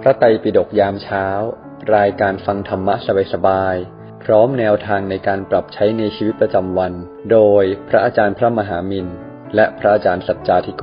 ระไตรปิฎกยามเช้ารายการฟังธรรมะสบายๆพร้อมแนวทางในการปรับใช้ในชีวิตประจำวันโดยพระอาจารย์พระมหามินและพระอาจารย์สัจจาธิโก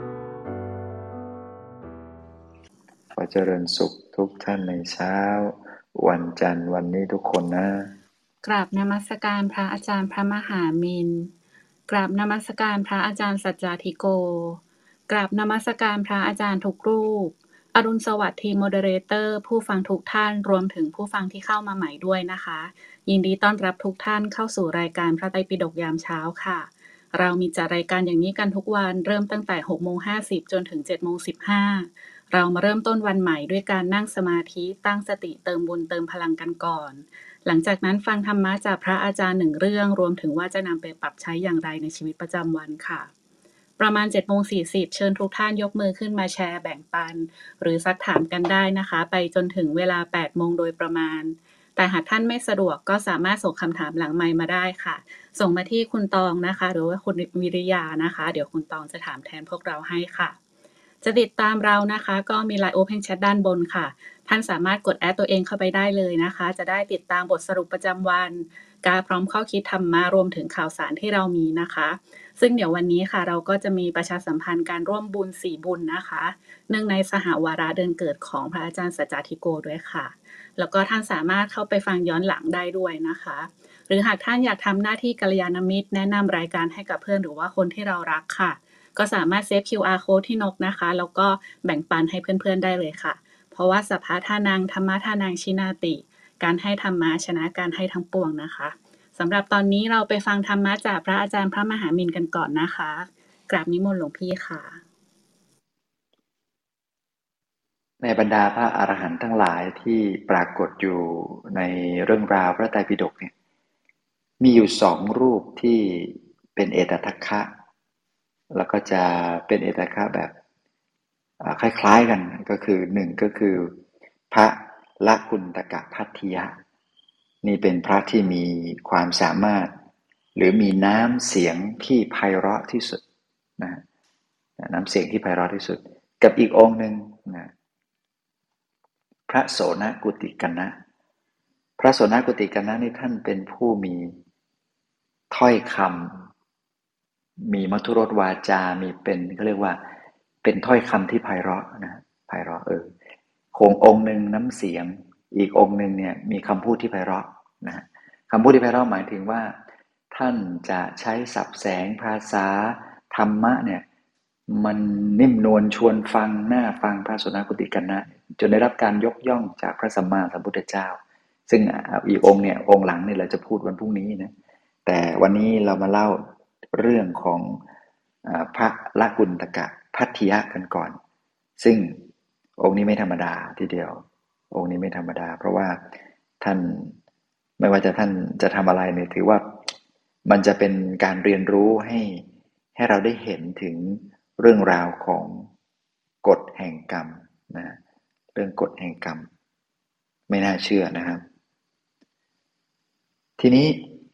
ขอเจริญสุขทุกท่านในเช้าวันจันทร์วันนี้ทุกคนนะกราบนมัสการพระอาจารย์พระมหามินกราบนมัสการพระอาจารย์สัจจาธิโกกราบนมัสการพระอาจารย์ทุกรูปอรุณสวัสดิ์ทีมโมเดเรเตอร์ผู้ฟังทุกท่านรวมถึงผู้ฟังที่เข้ามาใหม่ด้วยนะคะยินดีต้อนรับทุกท่านเข้าสู่รายการพระไตรปิฎกยามเช้าค่ะเรามีจัดรายการอย่างนี้กันทุกวันเริ่มตั้งแต่ 6:50 จนถึง 7:15 เรามาเริ่มต้นวันใหม่ด้วยการนั่งสมาธิตั้งสติเติมบุญเติมพลังกันก่อนหลังจากนั้นฟังธรรมะจากพระอาจารย์1 เรื่องรวมถึงว่าจะนำไปปรับใช้อย่างไรในชีวิตประจำวันค่ะประมาณ 7:40 เชิญทุกท่านยกมือขึ้นมาแชร์แบ่งปันหรือซักถามกันได้นะคะไปจนถึงเวลา 8 โมงโดยประมาณแต่หากท่านไม่สะดวกก็สามารถส่งคำถามหลังไมค์มาได้ค่ะส่งมาที่คุณตองนะคะหรือว่าคุณวิริยานะคะเดี๋ยวคุณตองจะถามแทนพวกเราให้ค่ะจะติดตามเรานะคะก็มี LINE Open Chat ด้านบนค่ะท่านสามารถกดแอดตัวเองเข้าไปได้เลยนะคะจะได้ติดตามบทสรุปประจำวันการพร้อมข้อคิดธรรมะรวมถึงข่าวสารที่เรามีนะคะซึ่งเดี๋ยววันนี้ค่ะเราก็จะมีประชาสัมพันธ์การร่วมบุญ4บุญนะคะเนื่องในสหวาระเดือนเกิดของพระอาจารย์สัจจาธิโกด้วยค่ะแล้วก็ท่านสามารถเข้าไปฟังย้อนหลังได้ด้วยนะคะหรือหากท่านอยากทำหน้าที่กัลยาณมิตรแนะนำรายการให้กับเพื่อนหรือว่าคนที่เรารักค่ะก็สามารถเซฟ QR Code ที่นกนะคะแล้วก็แบ่งปันให้เพื่อนๆได้เลยค่ะเพราะว่าสัพพะทานังธรรมะทานังชินาติการให้ธรรมะชนะการให้ทั้งปวงนะคะสำหรับตอนนี้เราไปฟังธรรมะจากพระอาจารย์พระมหามินกันก่อนนะคะกราบนิมนต์หลวงพี่ค่ะในบรรดาพระอรหันต์ทั้งหลายที่ปรากฏอยู่ในเรื่องราวพระไตรปิฎกเนี่ยมีอยู่2รูปที่เป็นเอตทัคคะแล้วก็จะเป็นเอตทัคคะแบบคล้ายๆกันก็คือ1ก็คือพระละกุณฑกภัททิยะนี่เป็นพระที่มีความสามารถหรือมีน้ำเสียงที่ไพเราะที่สุดนะน้ำเสียงที่ไพเราะที่สุดกับอีกองค์หนึ่งนะพระโสนกุติกัณณะพระโสนกุติกัณณะนี่ท่านเป็นผู้มีถ้อยคำมีมัทุรสวาจามีเป็นเขาเรียกว่าเป็นถ้อยคำที่ไพเราะนะไพเราะคงองค์หนึ่งน้ำเสียงอีกองค์หนึ่งเนี่ยมีคำพูดที่ไพเราะนะคำพูดที่ไพเราะหมายถึงว่าท่านจะใช้ศัพท์แสงภาษาธรรมะเนี่ยมันนิ่มนวลชวนฟังน่าฟังพระโสนกุติกัณณะจนได้รับการยกย่องจากพระสัมมาสัมพุทธเจ้าซึ่งอีกองค์เนี่ยองค์หลังเนี่ยเราจะพูดวันพรุ่งนี้นะแต่วันนี้เรามาเล่าเรื่องของพระละกุณฑกภัททิยะกันก่อนซึ่งองค์นี้ไม่ธรรมดาทีเดียวองค์นี้ไม่ธรรมดาเพราะว่าท่านไม่ว่าจะท่านจะทำอะไรเนี่ยถือว่ามันจะเป็นการเรียนรู้ให้เราได้เห็นถึงเรื่องราวของกฎแห่งกรรมนะเรื่องกฎแห่งกรรมไม่น่าเชื่อนะครับทีนี้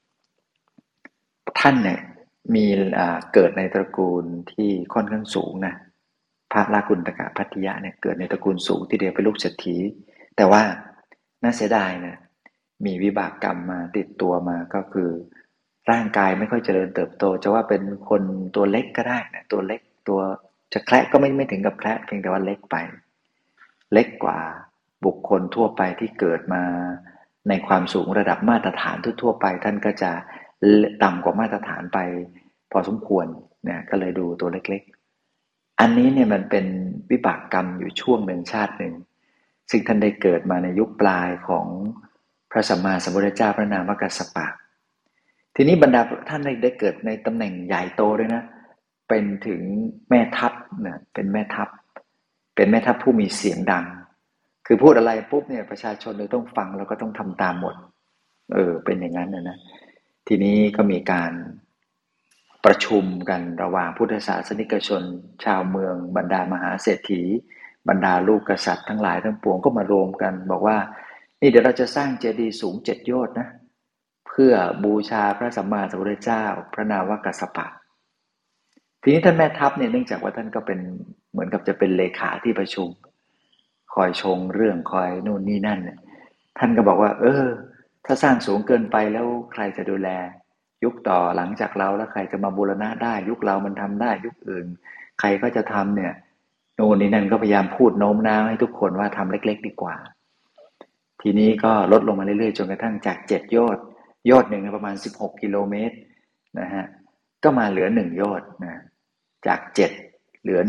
ท่านเนี่ยมีเกิดในตระกูลที่ค่อนข้างสูงนะพระละกุณฑกภัททิยะเนี่ยเกิดในตระกูลสูงที่เดียวเป็นลูกเศรษฐีแต่ว่าน่าเสียดายนะมีวิบากกรรมมาติดตัวมาก็คือร่างกายไม่ค่อยเจริญเติบโตจะว่าเป็นคนตัวเล็กก็ได้นะตัวเล็กตัวจะแคระก็ไม่ถึงกับแคระเพียงแต่ว่าเล็กไปเล็กกว่าบุคคลทั่วไปที่เกิดมาในความสูงระดับมาตรฐานทั่วไปท่านก็จะต่ำกว่ามาตรฐานไปพอสมควรเนี่ยก็เลยดูตัวเล็กๆอันนี้เนี่ยมันเป็นวิบากกรรมอยู่ช่วงหนึ่งชาติหนึ่งซึ่งท่านได้เกิดมาในยุคปลายของพระสัมมาสัมพุทธเจ้าพระนามว่ากัสสปะทีนี้บรรดาท่านได้เกิดในตำแหน่งใหญ่โตด้วยนะเป็นถึงแม่ทัพเนี่ยเป็นแม่ทัพผู้มีเสียงดังคือพูดอะไรปุ๊บเนี่ยประชาชนเลยต้องฟังแล้วก็ต้องทำตามหมดเป็นอย่างนั้นนะทีนี้ก็มีการประชุมกันระหว่างพุทธศาสนิกชนชาวเมืองบรรดามหาเศรษฐีบรรดาลูกกษัตริย์ทั้งหลายทั้งปวงก็มารวมกันบอกว่านี่เดี๋ยวเราจะสร้างเจดีย์สูง7 โยชน์นะเพื่อบูชาพระสัมมาสัมพุทธเจ้าพระนามว่ากัสสปะทีนี้ท่านแม่ทัพเนี่ยเนื่องจากว่าท่านก็เป็นเหมือนกับจะเป็นเลขาที่ประชุมขอยชงเรื่องคอยนู่นนี่นั่นเนี่ยท่านก็บอกว่าถ้าสร้างสูงเกินไปแล้วใครจะดูแลยุคต่อหลังจากเราแล้วใครจะมาบูรณะได้ยุคเรามันทำได้ยุคอื่นใครก็จะทำเนี่ยโน่นนี่นั่นก็พยายามพูดโน้มน้าวให้ทุกคนว่าทำเล็กๆดีกว่าทีนี้ก็ลดลงมาเรื่อยๆจนกระทั่งจาก7ยอดหนึ่งประมาณ16กิโลเมตรนะฮะก็มาเหลือ1ยอดนะจาก7เหลือ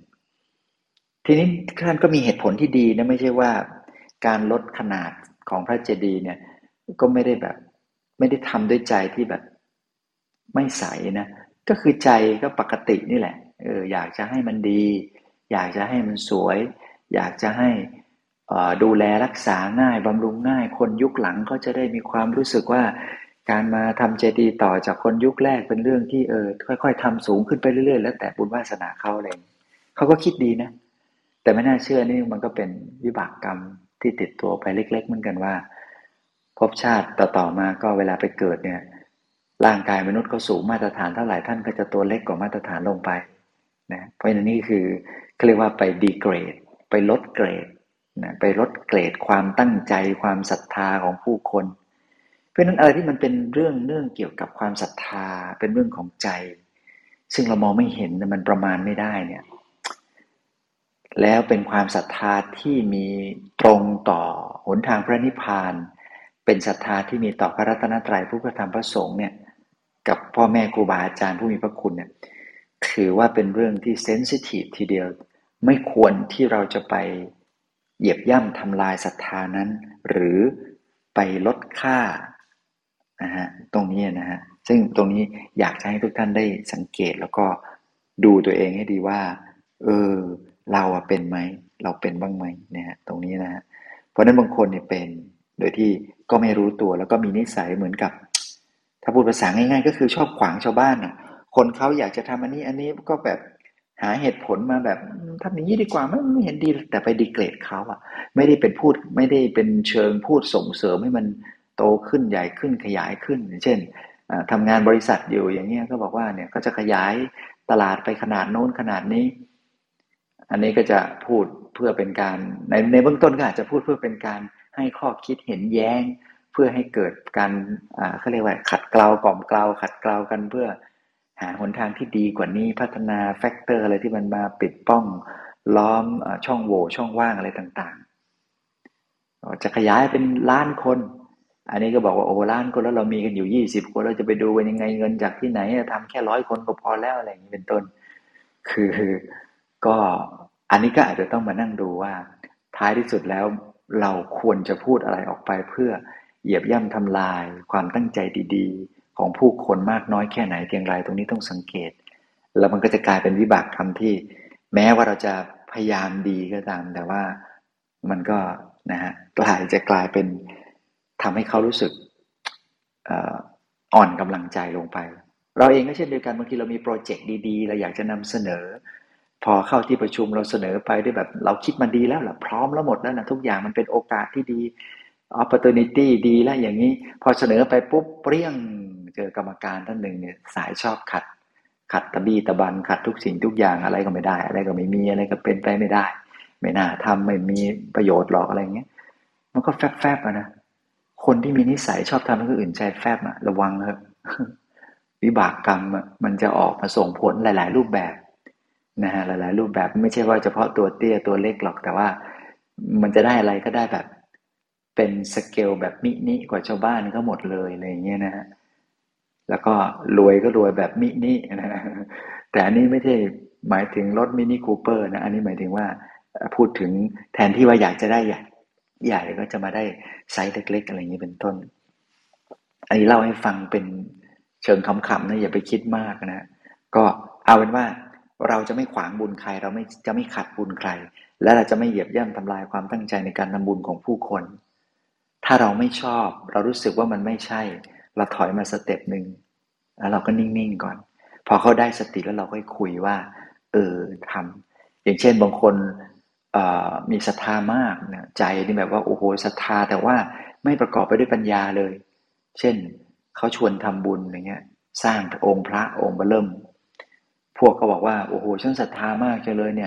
1ทีนี้ท่านก็มีเหตุผลที่ดีนะไม่ใช่ว่าการลดขนาดของพระเจดีย์เนี่ยก็ไม่ได้ทำด้วยใจที่แบบไม่ใสนะก็คือใจก็ปกตินี่แหละอยากจะให้มันดีอยากจะให้มันสวยอยากจะให้ดูแลรักษาง่ายบำรุงง่ายคนยุคหลังก็จะได้มีความรู้สึกว่าการมาทำเจดีย์ต่อจากคนยุคแรกเป็นเรื่องที่ค่อยๆทำสูงขึ้นไปเรื่อยๆแล้วแต่บุญวาสนาเขาอะไรเขาก็คิดดีนะแต่ไม่น่าเชื่อนี่มันก็เป็นวิบากกรรมที่ติดตัวไปเล็กๆเหมือนกันว่าภพชาติต่อมาก็เวลาไปเกิดเนี่ยร่างกายมนุษย์ก็สูงมาตรฐานเท่าไหร่ท่านก็จะตัวเล็กกว่ามาตรฐานลงไปนะเพราะฉะนั้นนี่คือเขาเรียกว่าไปดีเกรดไปลดเกรดนะไปลดเกรดความตั้งใจความศรัทธาของผู้คนเพราะฉะนั้นอะไรที่มันเป็นเรื่องเกี่ยวกับความศรัทธาเป็นเรื่องของใจซึ่งเรามองไม่เห็นมันประมาณไม่ได้เนี่ยแล้วเป็นความศรัทธาที่มีตรงต่อหนทางพระนิพพานเป็นศรัทธาที่มีต่อพระรัตนตรัยพระพุทธธรรมพระสงฆ์เนี่ยกับพ่อแม่ครูบาอาจารย์ผู้มีพระคุณเนี่ยถือว่าเป็นเรื่องที่เซนซิทีฟทีเดียวไม่ควรที่เราจะไปเหยียบย่ำทำลายศรัทธานั้นหรือไปลดค่านะฮะตรงนี้นะฮะซึ่งตรงนี้อยากจะให้ทุกท่านได้สังเกตแล้วก็ดูตัวเองให้ดีว่าเราเป็นไหมเราเป็นบ้างไหมนะฮะตรงนี้นะฮะเพราะนั้นบางคนเนี่ยเป็นโดยที่ก็ไม่รู้ตัวแล้วก็มีนิสัยเหมือนกับถ้าพูดภาษาง่ายๆก็คือชอบขวางชาวบ้านน่ะคนเขาอยากจะทำอันนี้ก็แบบหาเหตุผลมาแบบทำอย่างนี้ดีกว่าไม่เห็นดีแต่ไปดีเกรดเขาอ่ะไม่ได้เป็นเชิงพูดส่งเสริมให้มันโตขึ้นใหญ่ขึ้นขยายขึ้นเช่นทำงานบริษัทอยู่อย่างเงี้ยก็บอกว่าเนี่ยก็จะขยายตลาดไปขนาดโน้นขนาดนี้อันนี้ก็จะพูดเพื่อเป็นการในเบื้องต้นก็อาจจะพูดเพื่อเป็นการให้ข้อคิดเห็นแย้งเพื่อให้เกิดการเขาเรียกว่าขัดเกลากล่อมเกลาขัดเกลากันเพื่อหาหนทางที่ดีกว่านี้พัฒนาแฟกเตอร์อะไรที่มันมาปิดป้องล้อมช่องโหว่ช่องว่างอะไรต่างๆจะขยายเป็นล้านคนอันนี้ก็บอกว่าโอ้ล้านคนแล้วเรามีกันอยู่20คนเราจะไปดูกันยังไงเงินจากที่ไหนทำแค่100คนก็พอแล้วอะไรอย่างนี้เป็นต้นคือก็อันนี้ก็อาจจะต้องมานั่งดูว่าท้ายที่สุดแล้วเราควรจะพูดอะไรออกไปเพื่อเหยียบย่ำทำลายความตั้งใจดีๆของผู้คนมากน้อยแค่ไหนเพียงไรตรงนี้ต้องสังเกตแล้วมันก็จะกลายเป็นวิบากกรรมที่แม้ว่าเราจะพยายามดีก็ตามแต่ว่ามันก็นะฮะกลายเป็นทำให้เขารู้สึกอ่อนกำลังใจลงไปเราเองก็เช่นเดียวกันบางทีเรามีโปรเจกต์ดีๆเราอยากจะนำเสนอพอเข้าที่ประชุมเราเสนอไปด้วยแบบเราคิดมาดีแล้วล่ะพร้อมแล้วหมดแล้วนะทุกอย่างมันเป็นโอกาสที่ดี opportunity ดีแล้วอย่างนี้พอเสนอไปปุ๊บเปรี้ยงเจอกรรมการท่านหนึ่งเนี่ยสายชอบขัดตะบี้ตะบันขัดทุกสิ่งทุกอย่างอะไรก็ไม่ได้อะไรก็ไม่มีอะไรก็เป็นไปไม่ได้ไม่น่าทำไม่มีประโยชน์หรอกอะไรเงี้ยมันก็แฟบๆนะคนที่มีนิสัยชอบทำให้คนอื่นใจแฟบระวังเถอะวิบากกรรมมันจะออกมาส่งผลหลายๆรูปแบบนะฮะหลายๆรูปแบบไม่ใช่ว่าเฉพาะตัวเตี้ยตัวเล็กหรอกแต่ว่ามันจะได้อะไรก็ได้แบบเป็นสเกลแบบมินิกว่าชาวบ้านก็หมดเลยอะไรอย่างเงี้ยนะฮะแล้วก็รวยก็รวยแบบมินินะแต่อันนี้ไม่ใช่หมายถึงรถมินิคูเปอร์นะอันนี้หมายถึงว่าพูดถึงแทนที่ว่าอยากจะได้ใหญ่ก็จะมาได้ไซส์เล็กๆอะไรอย่างนี้เป็นต้นอันนี้เล่าให้ฟังเป็นเชิงขำๆนะอย่าไปคิดมากนะก็เอาเป็นว่าเราจะไม่ขวางบุญใครเราจะไม่ขัดบุญใครและเราจะไม่เหยียบย่ำทำลายความตั้งใจในการทำบุญของผู้คนถ้าเราไม่ชอบเรารู้สึกว่ามันไม่ใช่เราถอยมาสเต็ปหนึ่งแล้วเราก็นิ่งๆก่อนพอเขาได้สติแล้วเราค่อยคุยว่าทำอย่างเช่นบางคนมีศรัทธามากนะใจนี่แบบว่าโอ้โหศรัทธาแต่ว่าไม่ประกอบไปด้วยปัญญาเลยเช่นเขาชวนทำบุญอย่างเงี้ยสร้างองค์พระองค์เบิ่มพวกเขาบอกว่าโอ้โหฉันศรัทธามากจังเลยเนี่ย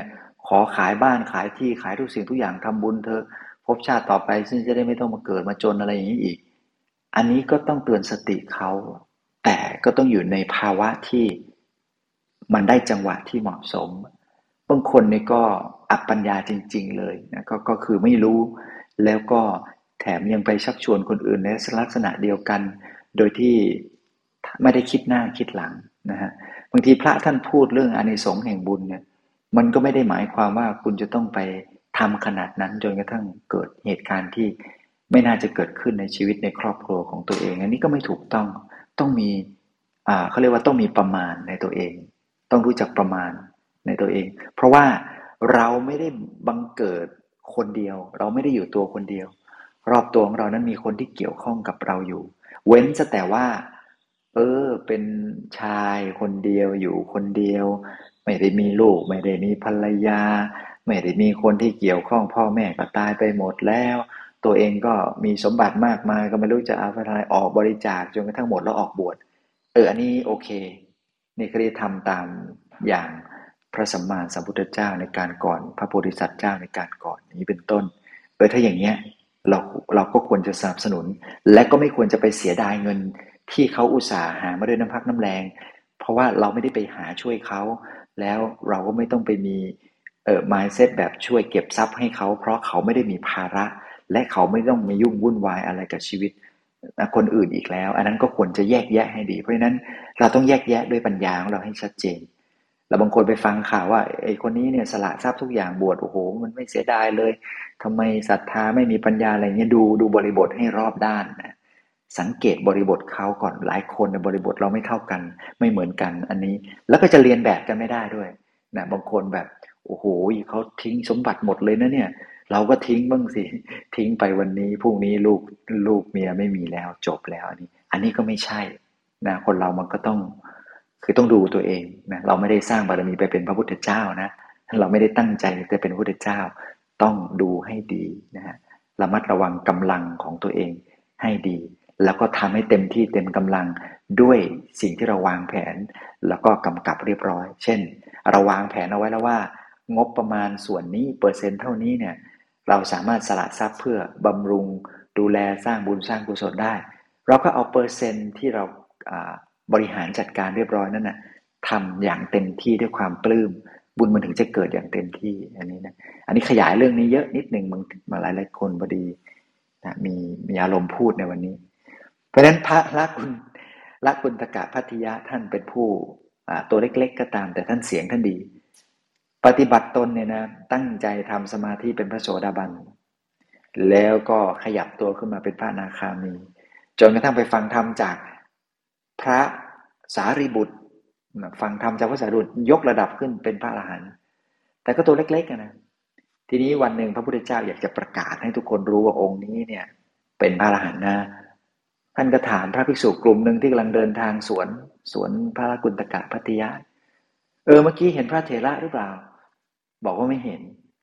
ขอขายบ้านขายที่ขายทุกสิ่งทุกอย่างทำบุญเธอภพชาติต่อไปซึ่งจะได้ไม่ต้องมาเกิดมาจนอะไรอย่างนี้อีกอันนี้ก็ต้องเตือนสติเขาแต่ก็ต้องอยู่ในภาวะที่มันได้จังหวะที่เหมาะสมบางคนนี่ก็อัปปัญญาจริงๆเลยนะก็คือไม่รู้แล้วก็แถมยังไปชักชวนคนอื่นในลักษณะเดียวกันโดยที่ไม่ได้คิดหน้าคิดหลังนะฮะบางทีพระท่านพูดเรื่องอานิสงส์แห่งบุญเนี่ยมันก็ไม่ได้หมายความว่าคุณจะต้องไปทำขนาดนั้นจนกระทั่งเกิดเหตุการณ์ที่ไม่น่าจะเกิดขึ้นในชีวิตในครอบครัวของตัวเองอันนี้ก็ไม่ถูกต้องมีเขาเรียกว่าต้องมีประมาณในตัวเองต้องรู้จักประมาณในตัวเองเพราะว่าเราไม่ได้บังเกิดคนเดียวเราไม่ได้อยู่ตัวคนเดียวรอบตัวของเรานั้นมีคนที่เกี่ยวข้องกับเราอยู่เว้นแต่ว่าเป็นชายคนเดียวอยู่คนเดียวไม่ได้มีลูกไม่ได้มีภรรยาไม่ได้มีคนที่เกี่ยวข้องพ่อแม่ก็ตายไปหมดแล้วตัวเองก็มีสมบัติมากมายก็ไม่รู้จะเอาอะไรออกบริจาคจนกระทั่งหมดแล้วออกบวชอันนี้โอเคนี่เขาได้ทำตามอย่างพระสัมมาสัมพุทธเจ้าในการก่อนพระโพธิสัตว์เจ้าในการก่อนนี้เป็นต้นถ้าอย่างเงี้ยเราก็ควรจะสนับสนุนและก็ไม่ควรจะไปเสียดายเงินที่เขาอุตส่าห์หามาด้วยน้ำพักน้ำแรงเพราะว่าเราไม่ได้ไปหาช่วยเขาแล้วเราก็ไม่ต้องไปมีmindset แบบช่วยเก็บทรัพย์ให้เขาเพราะเขาไม่ได้มีภาระและเขาไม่ต้องมายุ่งวุ่นวายอะไรกับชีวิตคนอื่นอีกแล้วอันนั้นก็ควรจะแยกแยะให้ดีเพราะฉะนั้นเราต้องแยกแยะด้วยปัญญาของเราให้ชัดเจนแล้วบางคนไปฟังข่าวว่าไอ้คนนี้เนี่ยสละทรัพย์ทุกอย่างบวชโอ้โหมันไม่เสียดายเลยทำไมศรัทธาไม่มีปัญญาอะไรเงี้ยดูบริบทให้รอบด้านนะสังเกตบริบทเขาก่อนหลายคนในบริบทเราไม่เท่ากันไม่เหมือนกันอันนี้แล้วก็จะเรียนแบบกันไม่ได้ด้วยนะบางคนแบบโอ้โหเขาทิ้งสมบัติหมดเลยนะเนี่ยเราก็ทิ้งบ้างสิทิ้งไปวันนี้พรุ่งนี้ลูกเมียไม่มีแล้วจบแล้วอันนี้ก็ไม่ใช่นะคนเรามันก็ต้องดูตัวเองนะเราไม่ได้สร้างบารมีไปเป็นพระพุทธเจ้านะเราไม่ได้ตั้งใจจะเป็นพระพุทธเจ้าต้องดูให้ดีนะฮะระมัดระวังกำลังของตัวเองให้ดีแล้วก็ทำให้เต็มที่เต็มกำลังด้วยสิ่งที่เราวางแผนแล้วก็กำกับเรียบร้อยเช่นเราวางแผนเอาไว้แล้วว่างบประมาณส่วนนี้เปอร์เซ็นต์เท่านี้เนี่ยเราสามารถสละทรัพย์เพื่อบำรุงดูแลสร้างบุญสร้างกุศลได้เราก็เอาเปอร์เซ็นต์ที่เราบริหารจัดการเรียบร้อยนั่นนะทำอย่างเต็มที่ด้วยความปลื้มบุญมันถึงจะเกิดอย่างเต็มที่อันนี้ขยายเรื่องนี้เยอะนิดหนึ่งมาหลายคนพอดีนะมีอารมณ์พูดในวันนี้เพราะฉะนั้นพระละกุณฑกะภัททิยะท่านเป็นผู้ตัวเล็กๆก็ตามแต่ท่านเสียงท่านดีปฏิบัติตนเนี่ยนะตั้งใจทำสมาธิเป็นพระโสดาบันแล้วก็ขยับตัวขึ้นมาเป็นพระอนาคามีจนกระทั่งไปฟังธรรมจากพระสารีบุตรฟังธรรมจากพระสารีบุตรยกระดับขึ้นเป็นพระอรหันต์แต่ก็ตัวเล็กๆนะทีนี้วันหนึ่งพระพุทธเจ้าอยากจะประกาศให้ทุกคนรู้ว่าองค์นี้เนี่ยเป็นพระอรหันต์นะท่านก็ถามพระภิกษุกลุ่มหนึ่งที่กำลังเดินทางสวนพระกุณฑกะภัททิยะเมื่อกี้เห็นพระเถระหรือเปล่าบอกว่าไม่เห็น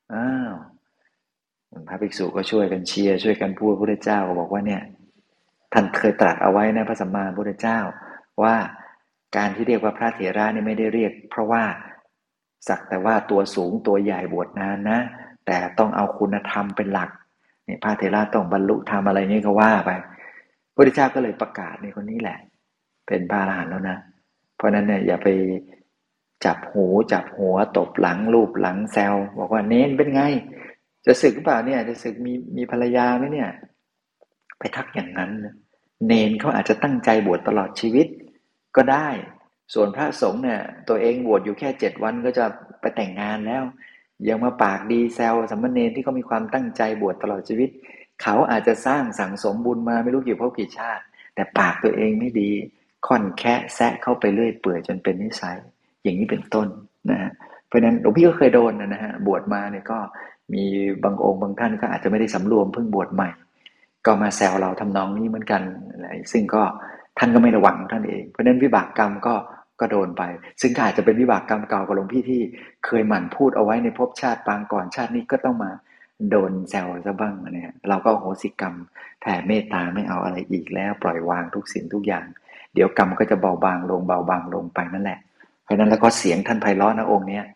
พระภิกษุก็ช่วยกันเชียร์ช่วยกันพูดพระพุทธเจ้าก็บอกว่าเนี่ยท่านเคยตรัสเอาไว้นะพระสัมมาสัมพุทธเจ้าว่าการที่เรียกว่าพระเถระนี่ไม่ได้เรียกเพราะว่าสักแต่ว่าตัวสูงตัวใหญ่บวชนานนะแต่ต้องเอาคุณธรรมเป็นหลักเนี่ยพระเถระต้องบรรลุธรรมอะไรเงี้ยก็ว่าไปพระพุทธเจ้าก็เลยประกาศในคนนี้แหละเป็นพระอรหันต์แล้วนะเพราะนั้นเนี่ยอย่าไปจับหูจับหัวตบหลังลูบหลังแซวบอกว่าเน้นเป็นไงจะศึกหรือเปล่าเนี่ยจะศึกมีภรรยาไหมเนี่ยไปทักอย่างนั้นเนนเขาอาจจะตั้งใจบวชตลอดชีวิตก็ได้ส่วนพระสงฆ์เนี่ยตัวเองบวชอยู่แค่7 วันก็จะไปแต่งงานแล้วยังมาปากดีแซวสามเณรที่เขามีความตั้งใจบวชตลอดชีวิตเขาอาจจะสร้างสั่งสมบุญมาไม่รู้กี่ภพกี่ชาติแต่ปากตัวเองไม่ดีค่อนแคะแซะเข้าไปเรื่อยเปื่อยจนเป็นนิสัยอย่างนี้เป็นต้นนะฮะเพราะฉะนั้นหลวงพี่ก็เคยโดนนะฮะบวชมาเนี่ยก็มีบางองค์บางท่านก็อาจจะไม่ได้สำรวมเพิ่งบวชใหม่ก็มาแซวเราทำนองนี้เหมือนกันอะไรซึ่งก็ท่านก็ไม่ระวังท่านเองเพราะฉะนั้นวิบากกรรมก็โดนไปซึ่งอาจจะเป็นวิบากกรรมเก่ากับหลวงพี่ที่เคยหมั่นพูดเอาไว้ในภพชาติปางก่อนชาตินี้ก็ต้องมาโดนแซวซะบ้างเนี่ยเราก็โหสิกรรมแผ่เมตตาไม่เอาอะไรอีกแล้วปล่อยวางทุกสิ่งทุกอย่างเดี๋ยวกรรมก็จะเบาบางลงไปนั่นแหละเพราะนั้นแล้วก็เสียงท่านไพเราะนะองค์เนี้ย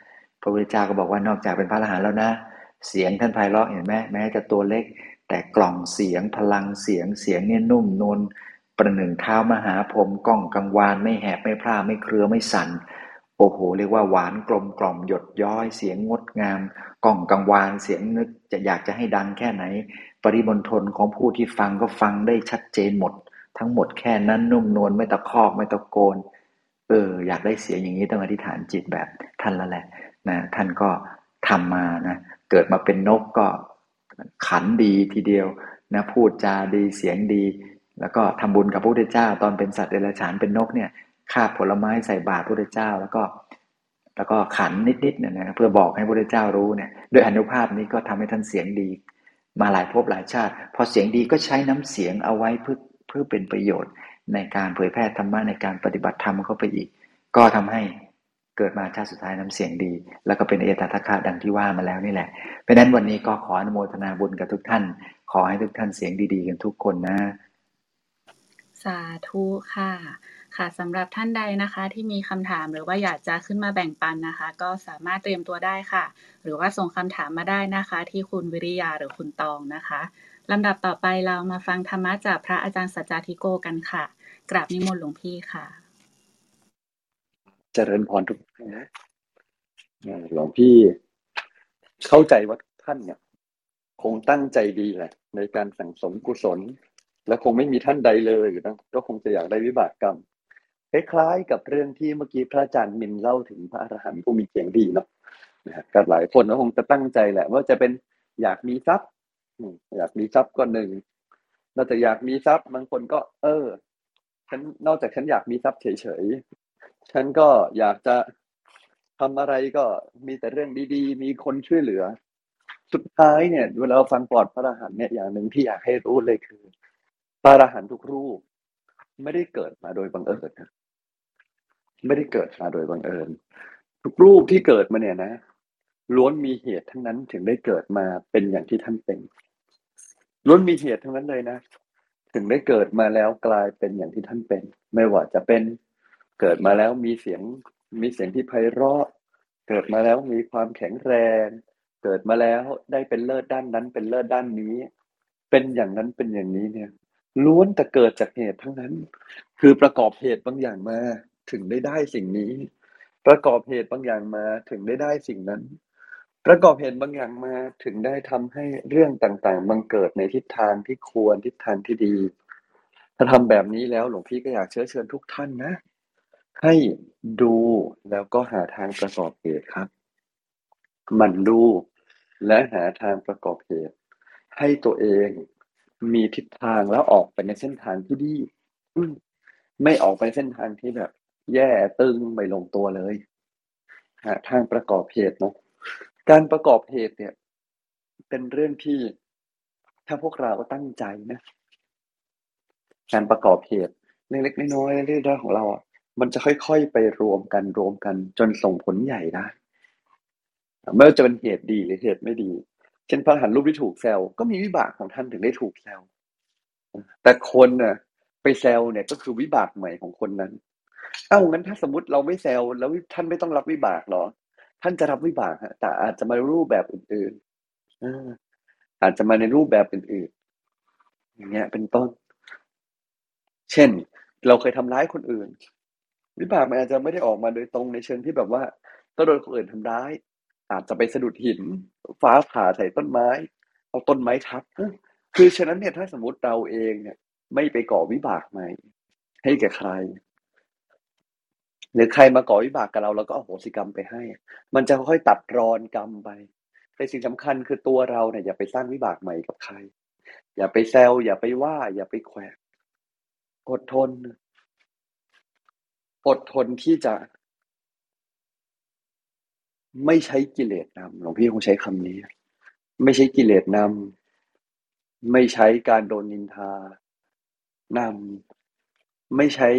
พระพุทธเจ้าก็บอกว่านอกจากเป็นพระอรหันต์แล้วนะเสียงท่านไพเราะเห็นไหมแม้จะตัวเล็กแต่กล่องเสียงพลังเสียงเนี่ยนุ่มนวลประหนึ่งเท้ามหาพรหมก้องกังวานไม่แหบไม่พร่าไม่เครือไม่สั่นโอ้โหเรียกว่าหวานกลมกล่อมหยดย้อยเสียงงดงามก้องกังวานเสียงนึกจะอยากจะให้ดังแค่ไหนปริมณฑลของผู้ที่ฟังก็ฟังได้ชัดเจนหมดทั้งหมดแค่นั้นนุ่มนวลไม่ตะคอกไม่ตะโกนอยากได้เสียงอย่างนี้ต้องอธิษฐานจิตแบบท่านแล้วแหละนะท่านก็ทำมานะเกิดมาเป็นนกก็ขันดีทีเดียวนะพูดจาดีเสียงดีแล้วก็ทำบุญกับพระพุทธเจ้าตอนเป็นสัตว์เดรัจฉานเป็นนกเนี่ยคาบผลไม้ใส่บาตรพระพุทธเจ้าแล้วก็ขันนิดๆเนี่ยนะเพื่อบอกให้พระพุทธเจ้ารู้เนี่ยด้วยอนุภาพนี้ก็ทำให้ท่านเสียงดีมาหลายภพหลายชาติพอเสียงดีก็ใช้น้ำเสียงเอาไว้เพื่อเป็นประโยชน์ในการเผยแพร่ธรรมะในการปฏิบัติธรรมเข้าไปอีกก็ทำให้เกิดมาชาติสุดท้ายน้ำเสียงดีแล้วก็เป็นเอตทัคคะดังที่ว่ามาแล้วนี่แหละเพราะนั้นวันนี้ก็ขออนุโมทนาบุญกับทุกท่านขอให้ทุกท่านเสียงดีๆกันทุกคนนะสาธุค่ะค่ะสำหรับท่านใดนะคะที่มีคำถามหรือว่าอยากจะขึ้นมาแบ่งปันนะคะก็สามารถเตรียมตัวได้ค่ะหรือว่าส่งคำถามมาได้นะคะที่คุณวิริยาหรือคุณตองนะคะลำดับต่อไปเรามาฟังธรรมะจากพระอาจารย์สัจจาธิโกกันค่ะกราบนิมนต์หลวงพี่ค่ะเจริญพรทุกท่านนะหลวงพี่เข้าใจว่าท่านเนี่ยคงตั้งใจดีแหละในการสั่งสมกุศลและคงไม่มีท่านใดเลยนะก็คงจะอยากได้วิบากกรรมคล้ายๆกับเรื่องที่เมื่อกี้พระอาจารย์มินเล่าถึงพระอรหันต์ผู้มีเสียงดีเนาะนะฮะก็หลายคนก็คงจะตั้งใจแหละว่าจะเป็นอยากมีทรัพย์อยากมีทรัพย์ก็หนึ่งนอกจากอยากมีทรัพย์บางคนก็ฉันนอกจากฉันอยากมีทรัพย์เฉยๆฉันก็อยากจะทำอะไรก็มีแต่เรื่องดีๆมีคนช่วยเหลือสุดท้ายเนี่ยเวลาเราฟังปลอดพระอรหันต์เนี่ยอย่างหนึ่งที่อยากให้รู้เลยคือพระอรหันต์ทุกรูปไม่ได้เกิดมาโดยบังเอิญนะไม่ได้เกิดมาโดยบังเอิญทุกรูปที่เกิดมาเนี่ยนะล้วนมีเหตุทั้งนั้นถึงได้เกิดมาเป็นอย่างที่ท่านเป็นล้วนมีเหตุทั้งนั้นเลยนะถึงได้เกิดมาแล้วกลายเป็นอย่างที่ท่านเป็นไม่ว่าจะเป็นเกิดมาแล้วมีเสียงที่ไพเราะเกิดมาแล้วมีความแข็งแรงเกิดมาแล้วได้เป็นเลิศด้านนั้นเป็นเลิศด้านนี้เป็นอย่างนั้นเป็นอย่างนี้เนี่ยล้วนแต่เกิดจากเหตุทั้งนั้นคือประกอบเหตุบางอย่างมาถึงได้สิ่งนี้ประกอบเหตุบางอย่างมาถึงได้สิ่งนั้นประกอบเหตุบางอย่างมาถึงได้ทำให้เรื่องต่างๆบังเกิดในทิศทางที่ควรทิศทางที่ดีถ้าทำแบบนี้แล้วหลวงพี่ก็อยากเชิญทุกท่านนะให้ดูแล้วก็หาทางประกอบเหตุครับหมั่นดูและหาทางประกอบเหตุให้ตัวเองมีทิศทางแล้วออกไปในเส้นทางที่ดีไม่ออกไปเส้นทางที่แบบแย่ตึงไม่ลงตัวเลยหาทางประกอบเหตุเนาะการประกอบเหตุเนี่ยเป็นเรื่องที่ถ้าพวกเราตั้งใจนะการประกอบเหตุเล็กๆน้อยๆเรื่อยๆของเราอ่ะมันจะค่อยๆไปรวมกันจนส่งผลใหญ่ได้ไม่ว่าจะเป็นเหตุดีหรือเหตุไม่ดีเช่นพระอรหันต์รูปที่ถูกแซวก็มีวิบากของท่านถึงได้ถูกแซวแต่คนน่ะไปแซวเนี่ยก็คือวิบากใหม่ของคนนั้นงั้นถ้าสมมุติเราไม่แซวแล้วท่านไม่ต้องรับวิบากเหรอท่านจะรับวิบากฮะแต่อาจจะมารูปแบบอื่นๆอาจจะมาในรูปแบบอื่นๆอย่างเงี้ยเป็นต้นเช่นเราเคยทำร้ายคนอื่นวิบากมันอาจจะไม่ได้ออกมาโดยตรงในเชิงที่แบบว่าต้องโดนคนอื่นทำร้ายอาจจะไปสะดุดหินฟ้าผ่าใส่ต้นไม้เอาต้นไม้ทับคือฉะนั้นเนี่ยถ้าสมมุติเราเองเนี่ยไม่ไปก่อวิบากใหม่ให้แก่ใครหรือใครมาก่อวิบากกับเราเราก็อโหสิกรรมไปให้มันจะค่อยๆตัดรอนกรรมไปแต่สิ่งสำคัญคือตัวเราเนี่ยอย่าไปสร้างวิบากใหม่กับใครอย่าไปแซวอย่าไปว่าอย่าไปแขวะอดทนที่จะไม่ใช้กิเลสนำหลวงพี่คงใช้คำนี้ไม่ใช้กิเลสนำไม่ใช้การโดนนินทานำไม่ใช้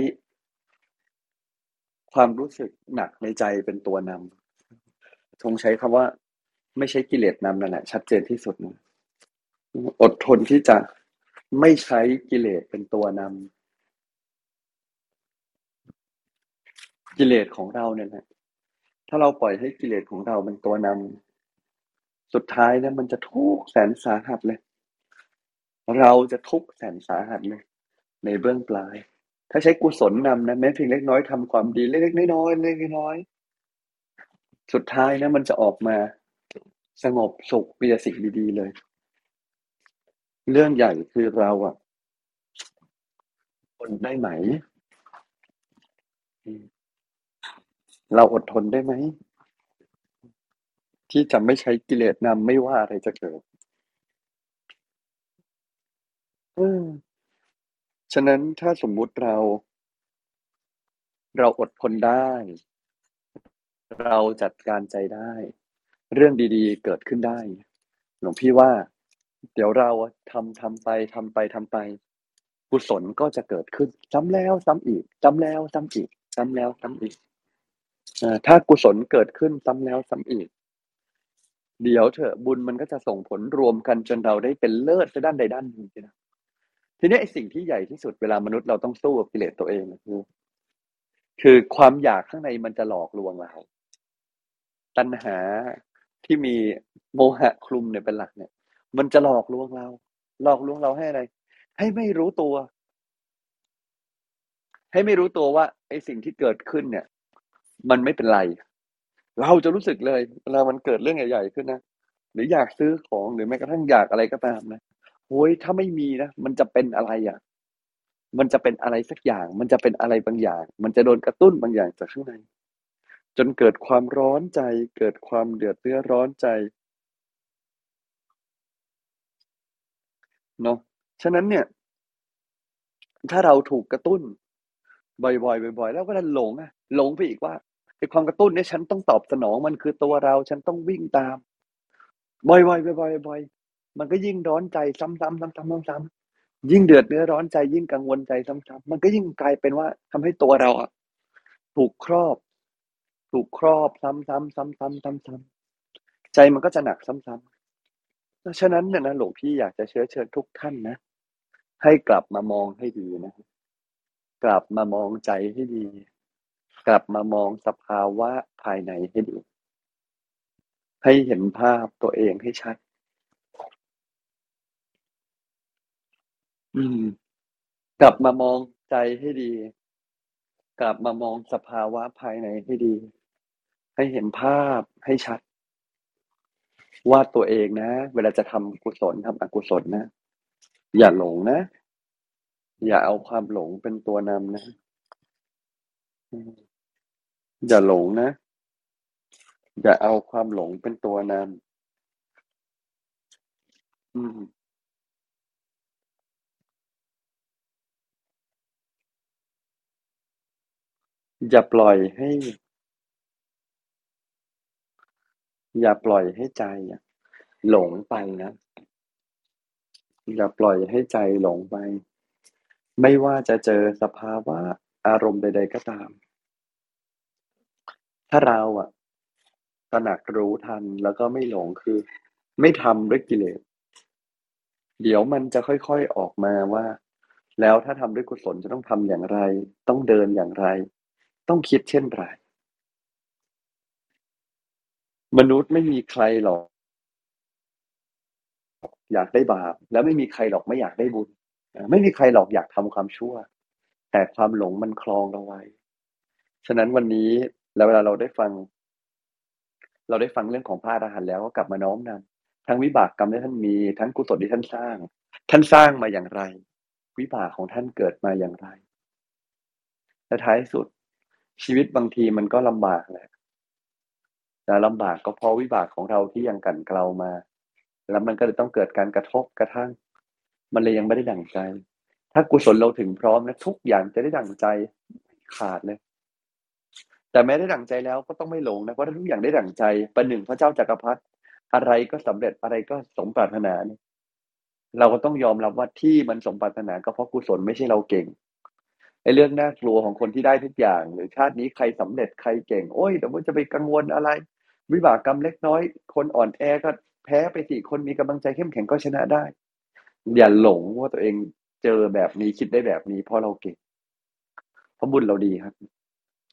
ความรู้สึกหนักในใจเป็นตัวนำคงใช้คำว่าไม่ใช้กิเลสนำนั่นแหละชัดเจนที่สุดอดทนที่จะไม่ใช้กิเลสเป็นตัวนำกิเลสของเราเนี่ยนะถ้าเราปล่อยให้กิเลสของเราเป็นตัวนำสุดท้ายเนี่ยมันจะทุกข์แสนสาหัสเลยเราจะทุกข์แสนสาหัสเลยในเบื้องปลายถ้าใช้กุศลนำนะแม้เพียงเล็กน้อยทำความดีเล็กๆน้อยๆเล็กๆน้อยๆสุดท้ายนะมันจะออกมาสงบสุขมีแต่สิ่งดีๆเลยเรื่องใหญ่คือเราอะทนได้ไหมเราอดทนได้ไหมที่จะไม่ใช้กิเลสนำไม่ว่าอะไรจะเกิดฉะนั้นถ้าสมมุติเราอดทนได้เราจัดการใจได้เรื่องดีๆเกิดขึ้นได้หลวงพี่ว่าเดี๋ยวเราทำไปกุศลก็จะเกิดขึ้นซ้ำแล้วซ้ำอีกซ้ำแล้วซ้ำอีกซ้ำแล้วซ้ำอีกถ้ากุศลเกิดขึ้นซ้ำแล้วซ้ำอีกเดี๋ยวเถอะบุญมันก็จะส่งผลรวมกันจนเราได้เป็นเลิศในด้านใดด้านหนึ่งนะทีนี้ไอ้สิ่งที่ใหญ่ที่สุดเวลามนุษย์เราต้องสู้กับกิเลสตัวเองคือความอยากข้างในมันจะหลอกลวงเราตัณหาที่มีโมหะคลุมเนี่ยเป็นหลักเนี่ยมันจะหลอกลวงเราให้อะไรให้ไม่รู้ตัวว่าไอ้สิ่งที่เกิดขึ้นเนี่ยมันไม่เป็นไรเราจะรู้สึกเลยเวลามันเกิดเรื่องใหญ่ๆขึ้นนะหรืออยากซื้อของหรือแม้กระทั่งอยากอะไรก็ตามนะโอ้ยถ้าไม่มีนะมันจะเป็นอะไรอ่ะมันจะเป็นอะไรสักอย่างมันจะเป็นอะไรบางอย่างมันจะโดนกระตุ้นบางอย่างจากข้างในจนเกิดความร้อนใจเกิดความเดือดร้อนใจเนาะฉะนั้นเนี่ยถ้าเราถูกกระตุ้นบ่อยๆบ่อยๆแล้วก็ดันหลงไปอีกว่าไอ้ความกระตุ้นเนี่ยฉันต้องตอบสนองมันคือตัวเราฉันต้องวิ่งตามบ่อยๆบ่อยๆบ่อยๆมันก็ยิ่งร้อนใจซ้ำๆๆๆๆยิ่งเดือดร้อนใจยิ่งกังวลใจซ้ำๆมันก็ยิ่งกลายเป็นว่าทำให้ตัวเราอะถูกครอบซ้ำๆซ้ำๆๆๆใจมันก็จะหนักซ้ำๆเพราะฉะนั้นเนี่ยนะหลวงพี่อยากจะเชิญทุกท่านนะให้กลับมามองให้ดีนะกลับมามองใจให้ดี กลับมามองสภาวะภายในให้ดีให้เห็นภาพตัวเองให้ชัดอืมกลับมามองใจให้ดีกลับมามองสภาวะภายในให้ดีให้เห็นภาพให้ชัดว่าตัวเองนะเวลาจะทำกุศลทำอกุศลนะอย่าหลงนะอย่าเอาความหลงเป็นตัวนำนะอืมอย่าหลงนะอย่าเอาความหลงเป็นตัวนำอย่าปล่อยให้ใจอะหลงไปนะอย่าปล่อยให้ใจหลงไป ไม่ว่าจะเจอสภาวะอารมณ์ใดๆก็ตาม ถ้าเราอะตระหนักรู้ทันแล้วก็ไม่หลงคือไม่ทำด้วยกิเลสเดี๋ยวมันจะค่อยๆออกมาว่าแล้วถ้าทำด้วยกุศลจะต้องทำอย่างไรต้องเดินอย่างไรต้องคิดเช่นไรมนุษย์ไม่มีใครหรอกอยากได้บาปแล้วไม่มีใครหรอกไม่อยากได้บุญไม่มีใครหรอกอยากทำความชั่วแต่ความหลงมันครองเราไว้ฉะนั้นวันนี้แล้วเวลาเราได้ฟังเรื่องของพระอรหันต์แล้วก็กลับมาน้อมนำทั้งวิบากกรรมที่ท่านมีทั้งกุศลที่ท่านสร้างมาอย่างไรวิบากของท่านเกิดมาอย่างไรและท้ายสุดชีวิตบางทีมันก็ลำบากแหละแต่ลำบากก็เพราะวิบากของเราที่ยังกลั่นเกลามาแล้วมันก็เลยต้องเกิดการกระทบกระทั่งมันเลยยังไม่ได้ดั่งใจถ้ากุศลเราถึงพร้อมนะทุกอย่างจะได้ดั่งใจขาดเลยแต่แม้ได้ดั่งใจแล้วก็ต้องไม่หลงนะเพราะถ้าทุกอย่างได้ดั่งใจประหนึ่งพระเจ้าจักรพรรดิอะไรก็สำเร็จอะไรก็สมปรารถนาเนี่ยเราก็ต้องยอมรับว่าที่มันสมปรารถนาก็เพราะกุศลไม่ใช่เราเก่งไอ้เรื่องน่ากลัวของคนที่ได้ทุกอย่างหรือชาตินี้ใครสำเร็จใครเก่งโอ๊ยเดี๋ยวมันจะไปกังวลอะไรวิบากกรรมเล็กน้อยคนอ่อนแอก็แพ้ไปสิคนมีกำลังใจเข้มแข็งก็ชนะได้อย่าหลงว่าตัวเองเจอแบบนี้คิดได้แบบนี้เพราะเราเก่งเพราะบุญเราดีครับ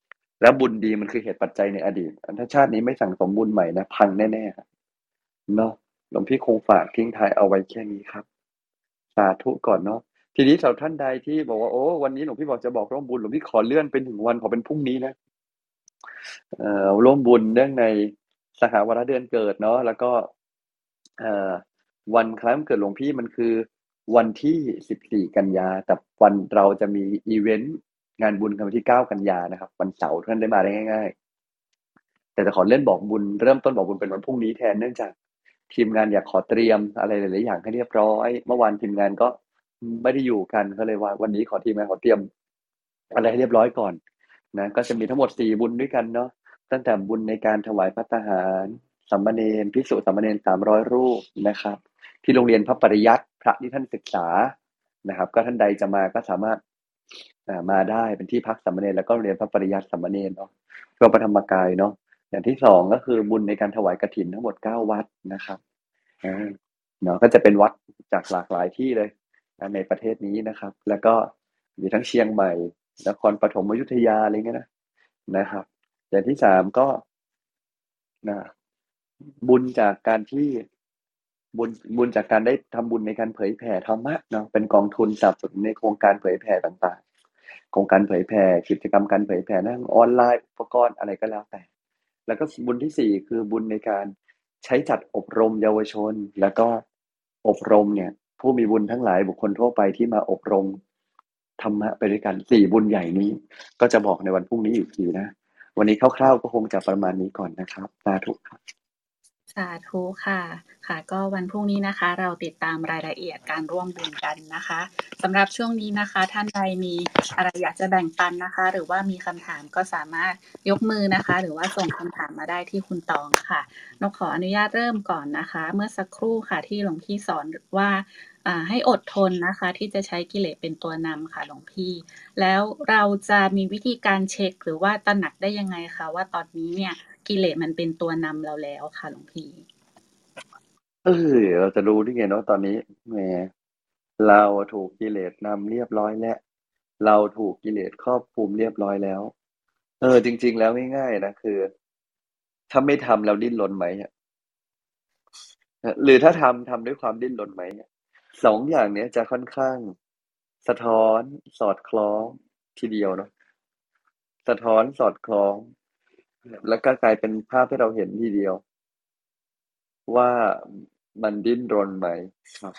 แล้วบุญดีมันคือเหตุปัจจัยในอดีตถ้าชาตินี้ไม่สั่งสมบุญใหม่นะพังแน่ๆครับเนาะหลวงพี่คงฝากทิ้งท้ายเอาไว้แค่นี้ครับสาธุก่อนเนาะทีนี้สำหรับท่านใดที่บอกว่าโอ้วันนี้หลวงพี่บอกจะบอกร่วมบุญหลวงพี่ขอเลื่อนเป็นถึงวันขอเป็นพรุ่งนี้นะร่วมบุญเนื่องในสหวาระเดือนเกิดเนาะแล้วก็เอ่อวันคล้ายวันเกิดหลวงพี่มันคือวันที่14กันยาแต่วันเราจะมีอีเวนต์งานบุญกันวันที่9กันยานะครับวันเสาร์ท่านได้มาได้ง่ายๆแต่จะขอเลื่อนบอกบุญเริ่มต้นบอกบุญเป็นวันพรุ่งนี้แทนเนื่องจากทีมงานอยากขอเตรียมอะไรหลายๆอย่างให้เรียบร้อยเมื่อวานทีมงานก็ไม่ได้อยู่กันก็เลยว่าวันนี้ขอทีมงานขอเตรียมอะไรให้เรียบร้อยก่อนนะก็จะมีทั้งหมด4บุญด้วยกันเนาะ ตั้งแต่บุญในการถวายภัตตาหารสามเณรภิกษุสามเณร300รูปนะครับที่โรงเรียนพระปริยัติพระที่ท่านศึกษานะครับก็ท่านใดจะมาก็สามารถมาได้เป็นที่พักสามเณรแล้วก็เรียนพระปริยัติสามเณรเนาะก็พระธรรมกายเนาะอย่างที่2ก็คือบุญในการถวายกฐินทั้งหมด9วัดนะครับเนาะก็จะเป็นวัดจากหลากหลายที่เลยในประเทศนี้นะครับแล้วก็มีทั้งเชียงใหม่นครปฐมอยุธยาอะไรเงี้ยนะครับอย่างที่3ก็นะบุญจากการที่บุญจากการได้ทำบุญในการเผยแผ่ธรรมะเนาะเป็นกองทุนสนับสนุนในโครงการเผยแผ่ต่างๆโครงการเผยแผ่กิจกรรมการเผยแผ่ทางออนไลน์อุปกรณ์อะไรก็แล้วแต่แล้วก็บุญที่4คือบุญในการใช้จัดอบรมเยาวชนแล้วก็อบรมเนี่ยผู้มีบุญทั้งหลายบุคคลทั่วไปที่มาอบรมธรรมะไปด้วยกัน4บุญใหญ่นี้ก็จะบอกในวันพรุ่งนี้อีกทีนะวันนี้คร่าวๆก็คงจะประมาณนี้ก่อนนะครับสาธุครับสาธุค่ะค่ะก็วันพรุ่งนี้นะคะเราติดตามรายละเอียดการร่วมบุญกันนะคะสำหรับช่วงนี้นะคะท่านใดมีอะไรอยากจะแบ่งปันนะคะหรือว่ามีคำถามก็สามารถยกมือนะคะหรือว่าส่งคำถามมาได้ที่คุณตองค่ะนกขออนุญาตเริ่มก่อนนะคะเมื่อสักครู่ค่ะที่หลวงพี่สอนว่าให้อดทนนะคะที่จะใช้กิเลสเป็นตัวนำค่ะหลวงพี่แล้วเราจะมีวิธีการเช็คหรือว่าตระหนักได้ยังไงคะว่าตอนนี้เนี่ยกิเลสมันเป็นตัวนำเราแล้วค่ะหลวงพี่เราจะรู้ได้ไงเนาะตอนนี้แหมเราถูกกิเลสนำเรียบร้อยแล้วเราถูกกิเลสครอบคลุมเรียบร้อยแล้วจริงๆแล้วง่ายๆนะคือถ้าไม่ทำแล้วดิ้นรนไหมอะหรือถ้าทำด้วยความดิ้นรนไหมอะสองอย่างเนี้ยจะค่อนข้างสะท้อนสอดคล้องทีเดียวเนาะสะท้อนสอดคล้องแล้วก็กลายเป็นภาพที่เราเห็นทีเดียวว่ามันดิ้นรนไหมครับ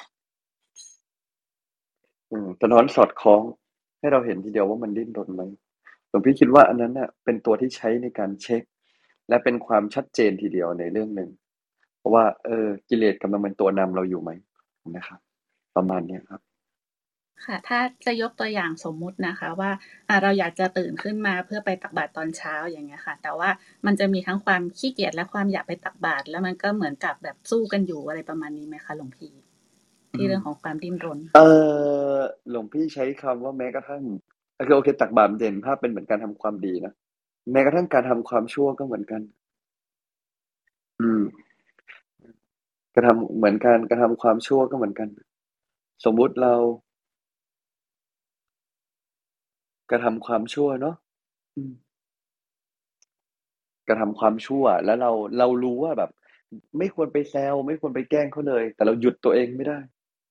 สะท้อนสอดคล้องให้เราเห็นทีเดียวว่ามันดิ้นรนไหมหลวงพี่คิดว่าอันนั้นน่ะเป็นตัวที่ใช้ในการเช็คและเป็นความชัดเจนทีเดียวในเรื่องหนึ่งเพราะว่ากิเลสกำลังเป็นตัวนำเราอยู่ไหมนะครับประมาณเนี้ยครับค่ะถ้าจะยกตัวอย่างสมมุตินะคะว่าเราอยากจะตื่นขึ้นมาเพื่อไปตักบาตรตอนเช้าอย่างเงี้ยค่ะแต่ว่ามันจะมีทั้งความขี้เกียจและความอยากไปตักบาตรแล้วมันก็เหมือนกับแบบสู้กันอยู่อะไรประมาณนี้ไหมคะหลวงพี่อืมที่เรื่องของความดิ้นรนหลวงพี่ใช้คำว่าแม้กระทั่งโอเคตักบาตรมันจะเห็นภาพเป็นเหมือนการทำความดีนะแม้กระทั่งการทำความชั่วก็เหมือนกันอืมกระทำเหมือนการกระทำความชั่วก็เหมือนกันสมมุติเรากระทำความชั่วเนาะอืม กระทำความชั่วแล้วเรารู้ว่าแบบไม่ควรไปแซวไม่ควรไปแกล้งเขาเลยแต่เราหยุดตัวเองไม่ได้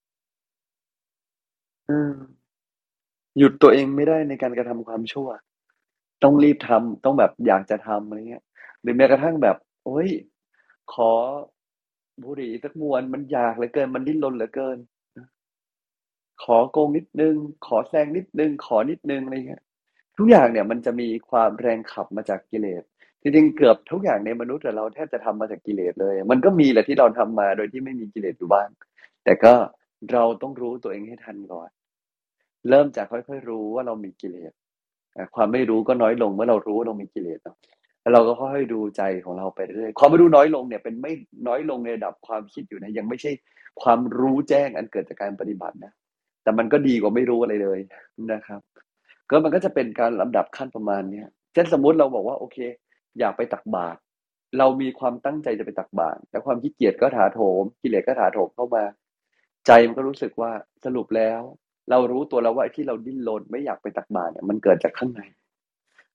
เออหยุดตัวเองไม่ได้ในการกระทำความชั่วต้องรีบทำต้องแบบอยากจะทำอะไรเงี้ยหรือแม้กระทั่งแบบโอ๊ยขอบุหรี่สักมวนมันอยากเหลือเกินมันดิ้นรนเหลือเกินขอโกงนิดหนึ่งขอแซงนิดหนึ่งขอนิดหนึ่งอะไรเงี้ย ทุกอย่างเนี่ยมันจะมีความแรงขับมาจากกิเลสจริงๆเกือบทุกอย่างในมนุษย์อะเราแทบจะทำมาจากกิเลสเลยมันก็มีแหละที่เราทำมาโดยที่ไม่มีกิเลสอยู่บ้างแต่ก็เราต้องรู้ตัวเองให้ทันก่อนเริ่มจากค่อยๆรู้ว่าเรามีกิเลสความไม่รู้ก็น้อยลงเมื่อเรารู้ว่าเรามีกิเลสเนาะแล้วเราก็ค่อยๆดูใจของเราไปเรื่อยๆความไม่รู้น้อยลงเนี่ยเป็นไม่น้อยลงในระดับความคิดอยู่นะยังไม่ใช่ความรู้แจ้งอันเกิดจากการปฏิบัตินะแต่มันก็ดีกว่าไม่รู้อะไรเลยนะครับ ก็มันก็จะเป็นการลำดับขั้นประมาณเนี้ยเช่นสมมุติเราบอกว่าโอเคอยากไปตักบาตรเรามีความตั้งใจจะไปตักบาตรแต่ความขี้เกียจก็ถาโถมกิเลสก็ถาโถมเข้ามาใจมันก็รู้สึกว่าสรุปแล้วเรารู้ตัวแล้วว่าไอ้ที่เราดิ้นรนไม่อยากไปตักบาตรเนี่ยมันเกิดจากข้างใน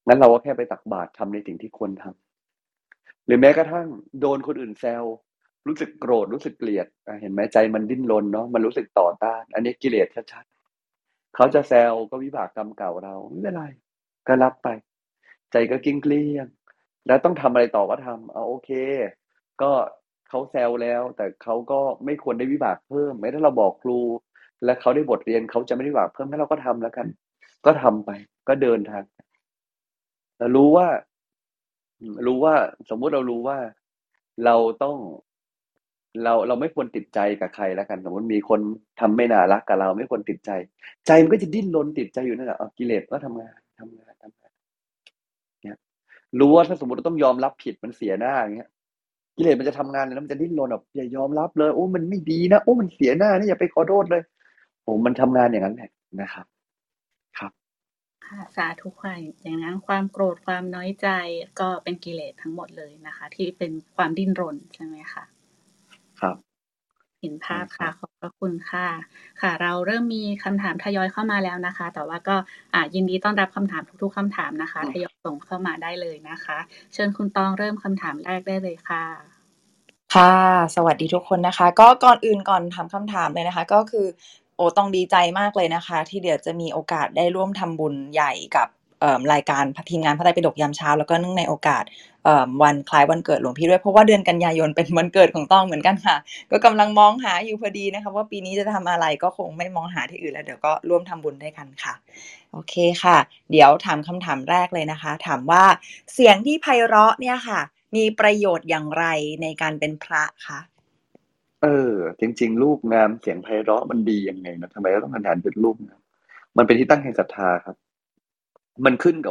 งั้นเราก็แค่ไปตักบาตรทำในสิ่งที่ควรทำหรือแม้กระทั่งโดนคนอื่นแซวรู้สึกโกรธรู้สึกเกลียดเห็นไหมใจมันดิ้นรนเนาะมันรู้สึกต่อต้านอันนี้กิเลสชัดๆเขาจะแซวก็วิบากกรรมเก่าเราไม่เป็นไรก็รับไปใจก็เกลี้ยงๆแล้วต้องทำอะไรต่อก็ทำเอาโอเคก็เขาแซวแล้วแต่เขาก็ไม่ควรได้วิบากเพิ่มแม้ถ้าเราบอกครูและเขาได้บทเรียนเขาจะไม่ได้วิบากเพิ่มให้เราก็ทำแล้วกันก็ทำไปก็เดินทางแล้วรู้ว่าสมมุติเรารู้ว่าเราต้องเราไม่ควรติดใจกับใครแล้วกันสมมุติมีคนทำไม่น่ารักกับเราไม่ควรติดใจใจมันก็จะดิ้นรนติดใจอยู่นั่นแหละกิเลสก็ทำงานเนี่ยรู้ว่าถ้าสมมุติเราต้องยอมรับผิดมันเสียหน้าอย่างเงี้ยกิเลสมันจะทำงานเลยแล้วมันจะดิ้นรนแบบอย่ายอมรับเลยโอ้มันไม่ดีนะโอ้มันเสียหน้านะอย่าไปขอโทษเลยโอ้มันทำงานอย่างนั้นแหละนะครับครับค่ะสาธุค่ะอย่างนั้นความโกรธความน้อยใจก็เป็นกิเลสทั้งหมดเลยนะคะที่เป็นความดิ้นรนใช่ไหมคะครับเห็นใช่ภาพครับค่ะขอบพระคุณค่ะค่ะเราเริ่มมีคำถามทยอยเข้ามาแล้วนะคะแต่ว่าก็ยินดีต้อนรับคำถามทุกๆคำถามนะคะทยอยส่งเข้ามาได้เลยนะคะเชิญคุณตองเริ่มคำถามแรกได้เลยค่ะค่ะสวัสดีทุกคนนะคะก็ก่อนอื่นก่อนถามคำถามเลยนะคะก็คือต้องดีใจมากเลยนะคะที่เดี๋ยวจะมีโอกาสได้ร่วมทำบุญใหญ่กับรายการทีมงานพระไตรปิฎกยามเช้าแล้วก็เนื่องในโอกาสวันคล้ายวันเกิดหลวงพี่ด้วยเพราะว่าเดือนกันยายนเป็นวันเกิดของต้องเหมือนกันค่ะก็กำลังมองหาอยู่พอดีนะคะว่าปีนี้จะทำอะไรก็คงไม่มองหาที่อื่นแล้วเดี๋ยวก็ร่วมทำบุญด้วยกันค่ะโอเคค่ะเดี๋ยวถามคำถามแรกเลยนะคะถามว่าเสียงที่ไพเราะเนี่ยค่ะมีประโยชน์อย่างไรในการเป็นพระคะจริงๆรูปงามเสียงไพเราะมันดียังไงนะทำไมเราต้องหันหันเป็นรูปงามมันเป็นที่ตั้งแห่งศรัทธาครับมัน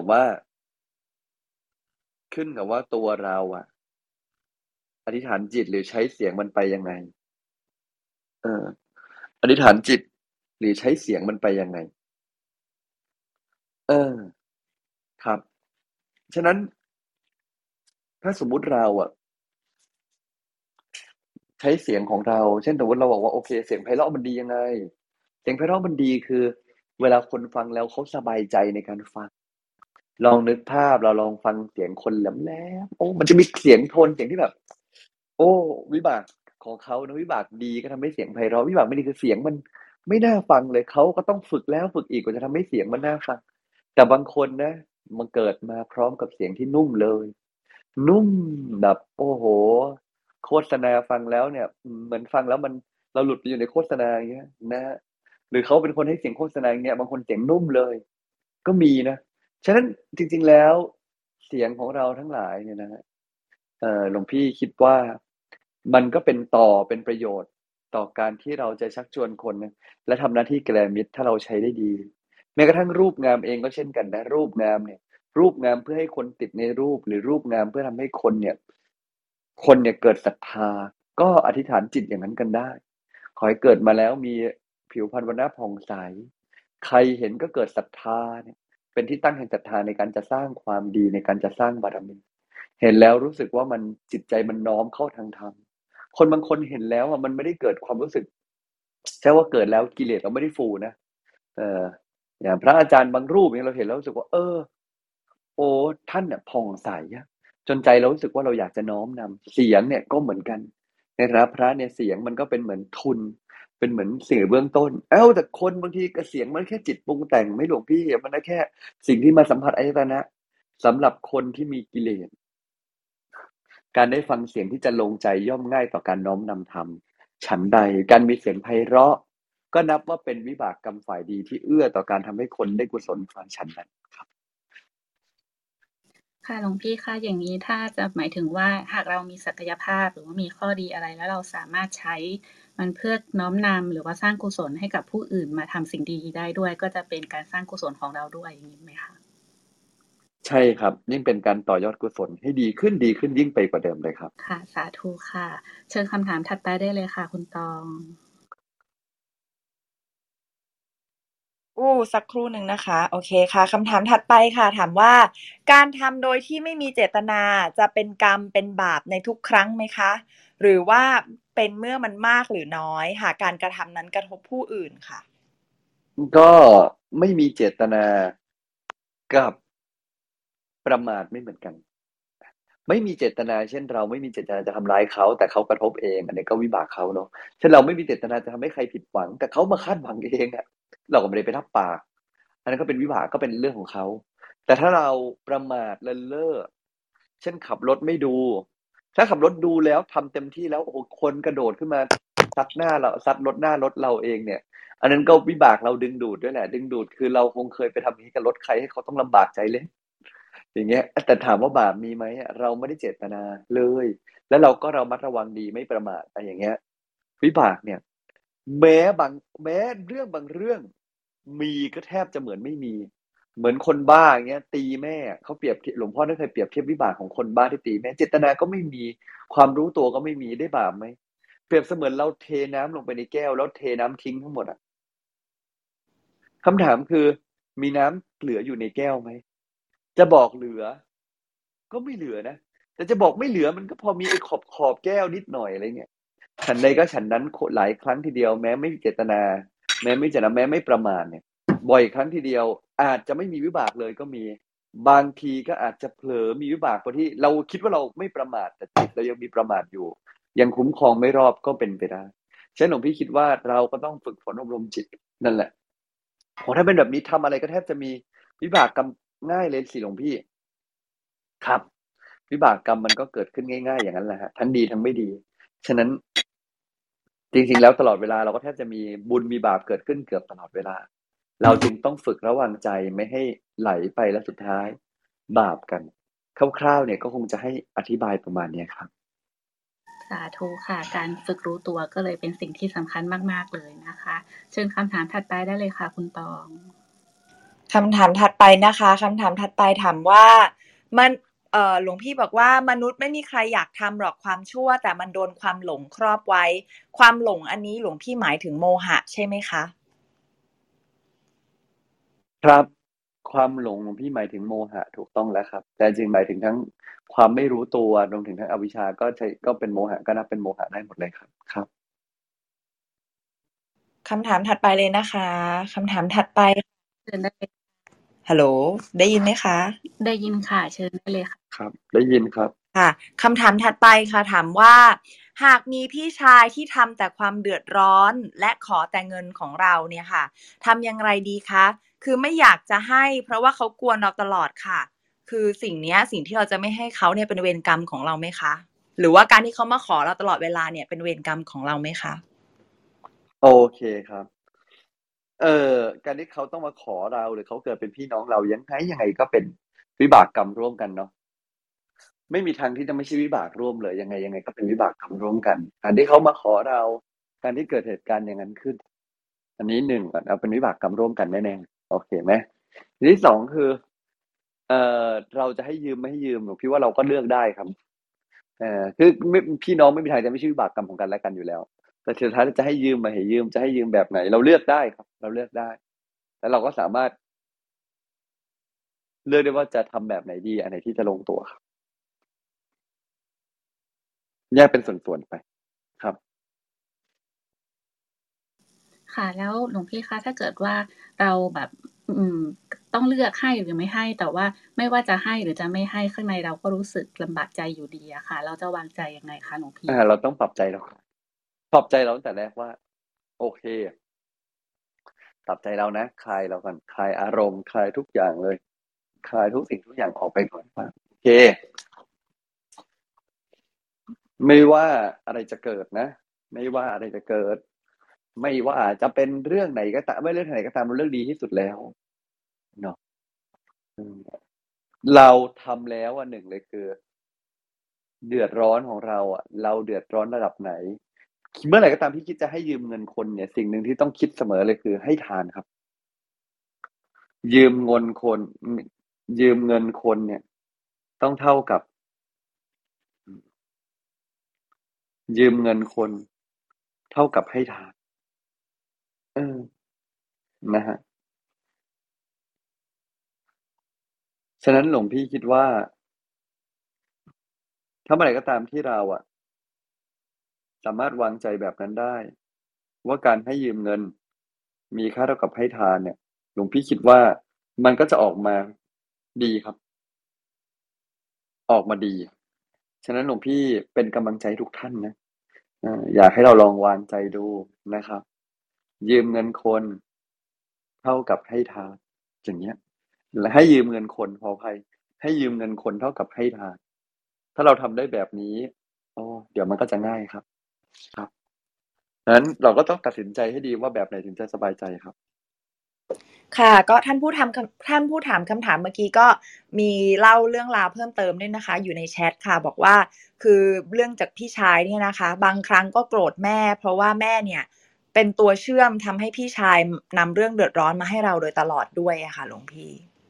ขึ้นกับว่าตัวเราอธิษฐานจิตหรือใช้เสียงมันไปยังไงเอออธิษฐานจิตหรือใช้เสียงมันไปยังไงเออครับฉะนั้นถ้าสมมุติเราใช้เสียงของเราเช่นสมมติเราบอกว่าโอเคเสียงไพเราะมันดียังไงเสียงไพเราะมันดีคือเวลาคนฟังแล้วเขาสบายใจในการฟัง ลองนึกภาพเราลองฟังเสียงคนแหลมๆโอ้มันจะมีเสียงโทนเสียงที่แบบโอ้วิบากของเขานะวิบากดีก็ทำให้เสียงไพเราะวิบากไม่ดีคือเสียงมันไม่น่าฟังเลยเขาก็ต้องฝึกแล้วฝึกอีกกว่าจะทำให้เสียงมันน่าฟังแต่บางคนนะมันเกิดมาพร้อมกับเสียงที่นุ่มเลยนุ่มแบบโอ้โฮโฆษณาฟังแล้วเนี่ยเหมือนฟังแล้วมันเราหลุดไปอยู่ในโฆษณาอย่างเงี้ยนะครับหรือเขาเป็นคนให้เสียงโฆษณาอย่างเงี้ยบางคนเสียงนุ่มเลยก็มีนะ ฉะนั้นจริงๆแล้วเสียงของเราทั้งหลายเนี่ยนะครับหลวงพี่คิดว่ามันก็เป็นประโยชน์ต่อการที่เราจะชักชวนคนนะและทำหน้าที่กัลยาณมิตรถ้าเราใช้ได้ดีแม้กระทั่งรูปงามเองก็เช่นกันนะรูปงามเนี่ยรูปงามเพื่อให้คนติดในรูปหรือรูปงามเพื่อทำให้คนเนี่ยเกิดศรัทธาก็อธิษฐานจิตอย่างนั้นกันได้ขอให้เกิดมาแล้วมีผิวพรรณวรรณะผ่องใสใครเห็นก็เกิดศรัทธาเนี่ย เป็นที่ตั้งแห่งศรัทธาในการจะสร้างความดีในการจะสร้างบารมีเห็นแล้วรู้สึกว่ามันจิตใจมันน้อมเข้าทางธรรมคนบางคนเห็นแล้วมันไม่ได้เกิดความรู้สึกใช่ว่าเกิดแล้วกิเลสเราไม่ได้ฟูนะเอออย่างพระอาจารย์บางรูปเนี่ยเราเห็นแล้วรู้สึกว่าโอ้ท่านเนี่ยผ่องใสจนใจเรารู้สึกว่าเราอยากจะน้อมนำเสียงเนี่ยก็เหมือนกันในฐานะพระเนี่ยเสียงมันก็เป็นเหมือนทุนเป็นเหมือนสิ่งเบื้องต้นแต่คนบางทีกเสียงมันแค่จิตปรุงแต่งไม่หลวงพี่มันก็แค่สิ่งที่มาสัมผัสอายตนะสำหรับคนที่มีกิเลสการได้ฟังเสียงที่จะลงใจย่อมง่ายต่อการน้อมนำธรรมฉันใดการมีเสียงไพเราะก็นับว่าเป็นวิบากกรรมฝ่ายดีที่เอื้อต่อการทำให้คนได้กุศลฟังฉันนั้นครับค่ะหลวงพี่คะอย่างนี้ถ้าจะหมายถึงว่าหากเรามีศักยภาพหรือว่ามีข้อดีอะไรแล้วเราสามารถใช้มันเพื่อน้อมนำหรือว่าสร้างกุศลให้กับผู้อื่นมาทำสิ่งดีๆได้ด้วยก็จะเป็นการสร้างกุศลของเราด้วยอย่างนี้ไหมคะใช่ครับยิ่งเป็นการต่อยอดกุศลให้ดีขึ้นยิ่งไปกว่าเดิมเลยครับค่ะสาธุค่ะเชิญคำถามถัดไปได้เลยค่ะคุณตองสักครู่หนึ่งนะคะโอเคค่ะคำถามถัดไปค่ะถามว่าการทำโดยที่ไม่มีเจตนาจะเป็นกรรมเป็นบาปในทุกครั้งไหมคะหรือว่าเป็นเมื่อมันมากหรือน้อยหากการกระทำนั้นกระทบผู้อื่นค่ะก็ไม่มีเจตนากับประมาทไม่เหมือนกัน ไม่มีเจตนา เช่นเราไม่มีเจตนาจะทำร้ายเขาแต่เขากระทบเองอันนี้ก็วิบากเขาเนาะเช่นเราไม่มีเจตนาจะทำให้ใครผิดหวังแต่เขามาคาดหวังเองอะเราก็ไม่ได้ไปรับปากอันนั้นก็เป็นวิบากก็เป็นเรื่องของเขาแต่ถ้าเราประมาทเลินเล่อเช่นขับรถไม่ดูถ้าขับรถดูแล้วทำเต็มที่แล้วโอ้โหคนกระโดดขึ้นมาซัดหน้าเราซัดรถหน้ารถเราเองเนี่ยอันนั้นก็วิบากเราดึงดูดด้วยแหละดึงดูดคือเราคงเคยไปทำอย่างนี้กับรถใครให้เขาต้องลำบากใจเลยอย่างเงี้ยแต่ถามว่าบาปมีไหมเราไม่ได้เจตนาเลยแล้วเราก็ระมัดระวังดีไม่ประมาทอะไรอย่างเงี้ยวิบากเนี่ยแม้เรื่องบางเรื่องมีก็แทบจะเหมือนไม่มีเหมือนคนบ้าอย่างเงี้ยตีแม่เขาเปรียบหลวงพ่อได้เคยเปรียบเทียบวิบากของคนบ้าที่ตีแม่เจตนาก็ไม่มีความรู้ตัวก็ไม่มีได้บาปไหมเปรียบเสมือนเราเทน้ำลงไปในแก้วแล้วเทน้ำทิ้งทั้งหมดอะคำถามคือมีน้ำเหลืออยู่ในแก้วไหมจะบอกเหลือก็ไม่เหลือนะแต่จะบอกไม่เหลือมันก็พอมีไอ้ขอบแก้วนิดหน่อยอะไรเงี้ยฉันใดก็ฉันนั้นหลายครั้งทีเดียวแม้ไม่เจตนาแม้ไม่เจตนาแม้ไม่ประมาทเนี่ยบ่อยครั้งทีเดียวอาจจะไม่มีวิบากเลยก็มีบางทีก็อาจจะเผลอมีวิบากเพราะที่เราคิดว่าเราไม่ประมาทแต่จิตเรายังมีประมาทอยู่ยังคุ้มครองไม่รอบก็เป็นไปได้ฉะนั้นหลวงพี่คิดว่าเราก็ต้องฝึกฝนอบรมจิตนั่นแหละโหถ้าเป็นแบบนี้ทำอะไรก็แทบจะมีวิบากกรรมง่ายเลยสิหลวงพี่ครับวิบากกรรมมันก็เกิดขึ้นง่ายๆอย่างนั้นแหละฮะทั้งดีทั้งไม่ดีฉะนั้นจริงๆแล้วตลอดเวลาเราก็แทบจะมีบุญมีบาปเกิดขึ้นเกือบตลอดเวลาเราจึงต้องฝึกระวังใจไม่ให้ไหลไปแล้วสุดท้ายบาปกันคร่าวๆเนี่ยก็คงจะให้อธิบายประมาณนี้ครับสาธุค่ะการฝึกรู้ตัวก็เลยเป็นสิ่งที่สำคัญมากๆเลยนะคะเชิญคำถามถัดไปได้เลยค่ะคุณตองคำถามถัดไปนะคะคำถามถัดไปถามว่ามันหลวงพี่บอกว่ามนุษย์ไม่มีใครอยากทำหรอกความชั่วแต่มันโดนความหลงครอบไว้ความหลงอันนี้หลวงพี่หมายถึงโมหะใช่ไหมคะครับความหลงของพี่หมายถึงโมหะถูกต้องแล้วครับแต่จริงหมายถึงทั้งความไม่รู้ตัวรวมถึงทั้งอวิชชาก็เป็นโมหะก็นับเป็นโมหะได้หมดเลยครับครับคำถามถัดไปเลยนะคะคำถามถัดไปเชิญได้เลยฮัลโหลได้ยินไหมคะได้ยินค่ะเชิญได้เลยค่ะครับได้ยินครับค่ะคำถามถัดไปค่ะถามว่าหากมีพี่ชายที่ทำแต่ความเดือดร้อนและขอแต่เงินของเราเนี่ยค่ะทำอย่างไรดีคะคือไม่อยากจะให้เพราะว่าเขากวนเราตลอดค่ะคือสิ่งที่เราจะไม่ให้เขาเนี่ยเป็นเวรกรรมของเราไหมคะหรือว่าการที่เขามาขอเราตลอดเวลาเนี่ยเป็นเวรกรรมของเราไหมคะโอเคครับการที่เขาต้องมาขอเราหรือเขาเกิดเป็นพี่น้องเรายังไงก็เป็นวิบากกรรมร่วมกันเนาะไม่มีทางที่จะไม่ใช่วิบากร่วมเลยยังไงก็เป็นวิบากกรรมร่วมกันการที่เขามาขอเราการที่เกิดเหตุการณ์อย่างนั้นขึ้นอันนี้หนึ่งก่อนเอาเป็นวิบากกรรมร่วมกันแน่ๆโอเคไหมอันที่สองคือเราจะให้ยืมไม่ให้ยืมหนูพี่ว่าเราก็เลือกได้ครับคือไม่พี่น้องไม่มีทางจะไม่ใช่วิบากกรรมของกันและกันอยู่แล้วแต่สุดท้ายจะให้ยืมมาให้ยืมจะให้ยืมแบบไหนเราเลือกได้ครับเราเลือกได้แล้วเราก็สามารถเลือกได้ว่าจะทำแบบไหนดีอันไหนที่จะลงตัวครับแยกเป็นส่วนๆไปครับค่ะแล้วหลวงพี่คะถ้าเกิดว่าเราแบบต้องเลือกให้หรือไม่ให้แต่ว่าไม่ว่าจะให้หรือจะไม่ให้ข้างในเราก็รู้สึกลำบากใจอยู่ดีอะค่ะเราจะวางใจยังไงคะหลวงพี่เราต้องปรับใจเราปรับใจเราตั้งแต่แรกว่าโอเคปรับใจเรานะคลายเราก่อนคลายอารมณ์คลายทุกอย่างเลยคลายทุกสิ่งทุกอย่างออกไปก่อนว่าโอเคไม่ว่าอะไรจะเกิดนะไม่ว่าอะไรจะเกิดไม่ว่าจะเป็นเรื่องไหนก็ตามไม่เรื่องไหนก็ตามมันเรื่องดีที่สุดแล้วเนาะเราทำแล้วหนึ่งเลยคือเดือดร้อนของเราเราเดือดร้อนระดับไหนเมื่อไหร่ก็ตามที่คิดจะให้ยืมเงินคนเนี่ยสิ่งหนึ่งที่ต้องคิดเสมอเลยคือให้ทานครับยืมเงินคนยืมเงินคนเนี่ยต้องเท่ากับยืมเงินคนเท่ากับให้ทานเออนะฮะฉะนั้นหลวงพี่คิดว่าถ้าเมื่อไหร่ก็ตามที่เราสามารถวางใจแบบนั้นได้ว่าการให้ยืมเงินมีค่าเท่ากับให้ทานเนี่ยหลวงพี่คิดว่ามันก็จะออกมาดีครับออกมาดีฉะนั้นหลวงพี่เป็นกำลังใจทุกท่านนะอยากให้เราลองวางใจดูนะครับยืมเงินคนเท่ากับให้ทานอย่างเงี้ยและให้ยืมเงินคนขออภัยให้ยืมเงินคนเท่ากับให้ทานถ้าเราทำได้แบบนี้เดี๋ยวมันก็จะง่ายครับฉะนั้นเราก็ต้องตัดสินใจให้ดีว่าแบบไหนถึงจะสบายใจครับค่ะก็ท่านผู้ถามคำถามเมื่อกี้ก็มีเล่าเรื่องราวเพิ่มเติมด้วยนะคะอยู่ในแชทค่ะบอกว่าคือเรื่องจากพี่ชายเนี่ยนะคะบางครั้งก็โกรธแม่เพราะว่าแม่เนี่ยเป็นตัวเชื่อมทำให้พี่ชายนำเรื่องเดือดร้อนมาให้เราโดยตลอดด้วยอะค่ะหลวงพี่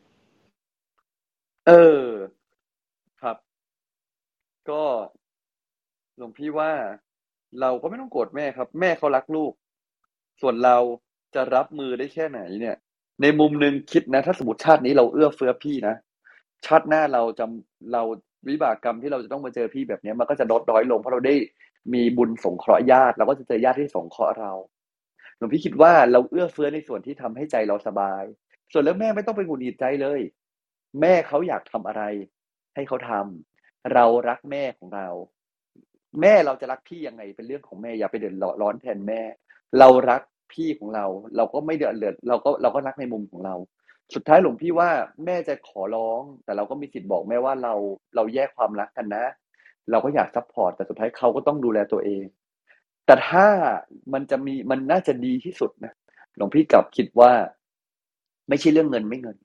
ครับ ก็หลวงพี่ว่าเราก็ไม่ต้องโกรธแม่ครับแม่เขารักลูกส่วนเราจะรับมือได้แค่ไหนเนี่ยในมุมนึงคิดนะถ้าสมมติชาตินี้เราเอื้อเฟื้อพี่นะชาติหน้าเราวิบากกรรมที่เราจะต้องมาเจอพี่แบบนี้มันก็จะลดน้อยลงเพราะเราได้มีบุญสงเคราะห์ญาติเราก็จะเจอญาติที่สงเคราะห์เราหลวงพี่คิดว่าเราเอื้อเฟื้อในส่วนที่ทำให้ใจเราสบายส่วนแล้วแม่ไม่ต้องไปหงุดหงิดใจเลยแม่เขาอยากทำอะไรให้เขาทำเรารักแม่ของเรา แม่เราจะรักพี่ยังไงเป็นเรื่องของแม่อย่าไปเดือดร้อนแทนแม่เรารักพี่ของเราเราก็ไม่เดือดเราก็รักในมุมของเราสุดท้ายหลวงพี่ว่าแม่จะขอร้องแต่เราก็มีสิทธิ์บอกแม่ว่าเราแยกความรักกันนะเราก็อยากซัพพอร์ตแต่สุดท้ายเขาก็ต้องดูแลตัวเองแต่ถ้ามันน่าจะดีที่สุดนะหลวงพี่กลับคิดว่าไม่ใช่เรื่องเงินไม่เงิน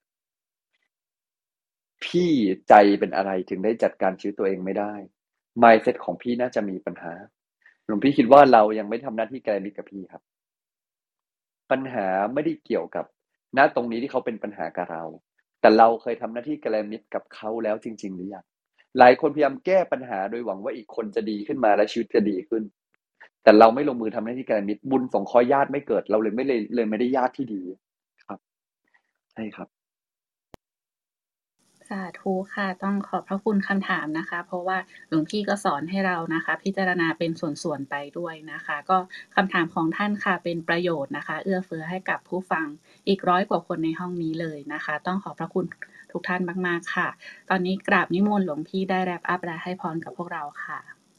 พี่ใจเป็นอะไรถึงได้จัดการชีวิตตัวเองไม่ได้ mindset ของพี่น่าจะมีปัญหาหลวงพี่คิดว่าเรายังไม่ทำหน้าที่แกรมิตกับพี่ครับปัญหาไม่ได้เกี่ยวกับณตรงนี้ที่เขาเป็นปัญหากับเราแต่เราเคยทำหน้าที่แกรมิตกับเขาแล้วจริงๆหรือยังหลายคนพยายามแก้ปัญหาโดยหวังว่าอีกคนจะดีขึ้นมาและชีวิตจะดีขึ้นแต่เราไม่ลงมือทำหน้าที่แกรมิตบุญสงเคราะห์ญาติไม่เกิดเราเลยไม่ได้ญาติที่ดีครับใช่ครับสาธุค่ะต้องขอบพระคุณคำถามนะคะเพราะว่าหลวงพี่ก็สอนให้เรานะคะพิจารณาเป็นส่วนๆไปด้วยนะคะก็คำถามของท่านค่ะเป็นประโยชน์นะคะเอื้อเฟื้อให้กับผู้ฟังอีก100กว่าคนในห้องนี้เลยนะคะต้องขอบพระคุณทุกท่านมากๆค่ะตอนนี้กราบนิมนต์หลวงพี่ได้แรปอัพและให้พรกับพวกเราค่ะ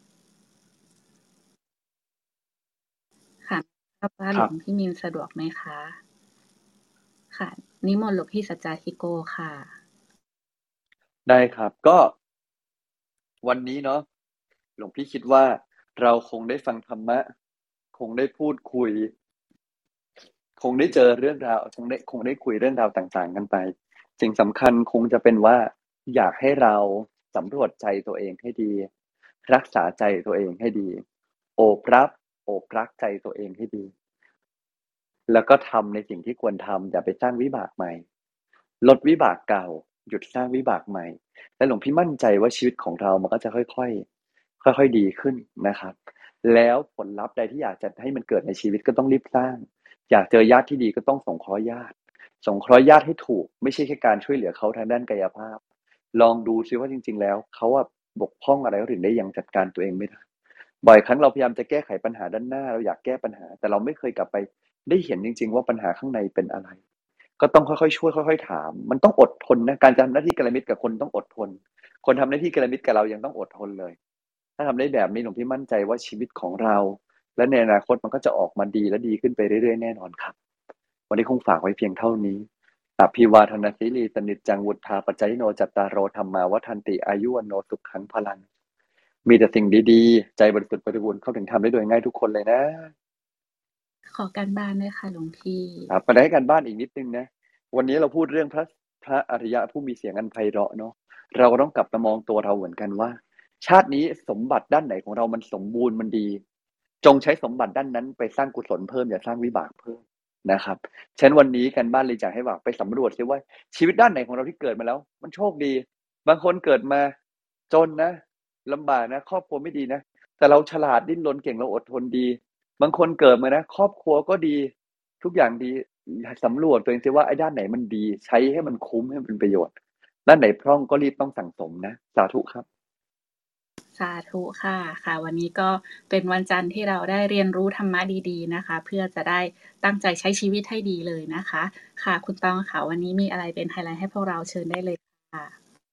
ค่ะว่าหลวงพี่มินสะดวกไหมคะค่ะนิมนต์หลวงพี่สัจจาธิโกค่ะได้ครับก็วันนี้เนาะหลวงพี่คิดว่าเราคงได้ฟังธรรมะคงได้พูดคุยคงได้เจอเรื่องราวคงได้คุยเรื่องราวต่างๆกันไปสิ่งสำคัญคงจะเป็นว่าอยากให้เราสำรวจใจตัวเองให้ดีรักษาใจตัวเองให้ดีโอบรักใจตัวเองให้ดีแล้วก็ทำในสิ่งที่ควรทำอย่าไปสร้างวิบากใหม่ลดวิบากเก่าหยุดสร้างวิบากใหม่และหลวงพี่มั่นใจว่าชีวิตของเรามันก็จะค่อยๆดีขึ้นนะครับแล้วผลลัพธ์ใดที่อยากจะให้มันเกิดในชีวิตก็ต้องรีบสร้างอยากเจอญาติที่ดีก็ต้องสงเคราะห์ญาติให้ถูกไม่ใช่แค่การช่วยเหลือเขาทางด้านกายภาพลองดูซิว่าจริงๆแล้วเขาบกพร่องอะไรเขาถึงได้ยังจัดการตัวเองไม่ได้บ่อยครั้งเราพยายามจะแก้ไขปัญหาด้านหน้าเราอยากแก้ปัญหาแต่เราไม่เคยกลับไปได้เห็นจริงๆว่าปัญหาข้างในเป็นอะไรก็ต้องค่อยๆช่วยค่อยๆถามมันต้องอดทนนะการทำหน้าที่กัลยาณมิตรกับคนต้องอดทนคนทำหน้าที่กัลยาณมิตรกับเรายังต้องอดทนเลยถ้าทำได้แบบนี้หลวงพี่มั่นใจว่าชีวิตของเราและในอนาคตมันก็จะออกมาดีและดีขึ้นไปเรื่อยๆแน่นอนครับวันนี้คงฝากไว้เพียงเท่านี้อภิวาทนาสีลีสนิจจังวุฒาปัจจยโนจัตตารโอธรรมาวัฏันติอายุวันโนสุขังพลังมีแต่สิ่งดีๆใจบริสุทธิ์บริบูรณ์เข้าถึงธรรมได้โดยง่ายทุกคนเลยนะขอการบ้านด้วยค่ะหลวงพี่ครับมาได้กันบ้านอีกนิดนึงนะวันนี้เราพูดเรื่องพระอริยะผู้มีเสียงอันไพเราะเนาะเราก็ต้องกลับมามองตัวเราเหมือนกันว่าชาตินี้สมบัติด้านไหนของเรามันสมบูรณ์มันดีจงใช้สมบัติด้านนั้นไปสร้างกุศลเพิ่มอย่าสร้างวิบากเพิ่มนะครับฉะนั้นวันนี้กันบ้านเลยอยากให้ฝากไปสำรวจซิว่าชีวิตด้านไหนของเราที่เกิดมาแล้วมันโชคดีบางคนเกิดมาจนนะลำบากนะครอบครัวไม่ดีนะแต่เราฉลาดดิ้นรนเก่งเราอดทนดีบางคนเกิดมานะครอบครัวก็ดีทุกอย่างดีสำรวจตัวเองซิว่าไอ้ด้านไหนมันดีใช้ให้มันคุ้มให้มันเป็นประโยชน์ด้านไหนพร่องก็รีบต้องสั่งสมนะสาธุครับสาธุค่ะค่ะวันนี้ก็เป็นวันจันทร์ที่เราได้เรียนรู้ธรรมะดีๆนะคะเพื่อจะได้ตั้งใจใช้ชีวิตให้ดีเลยนะคะค่ะคุณตองค่ะวันนี้มีอะไรเป็นไฮไลท์ให้พวกเราเชิญได้เลยค่ะ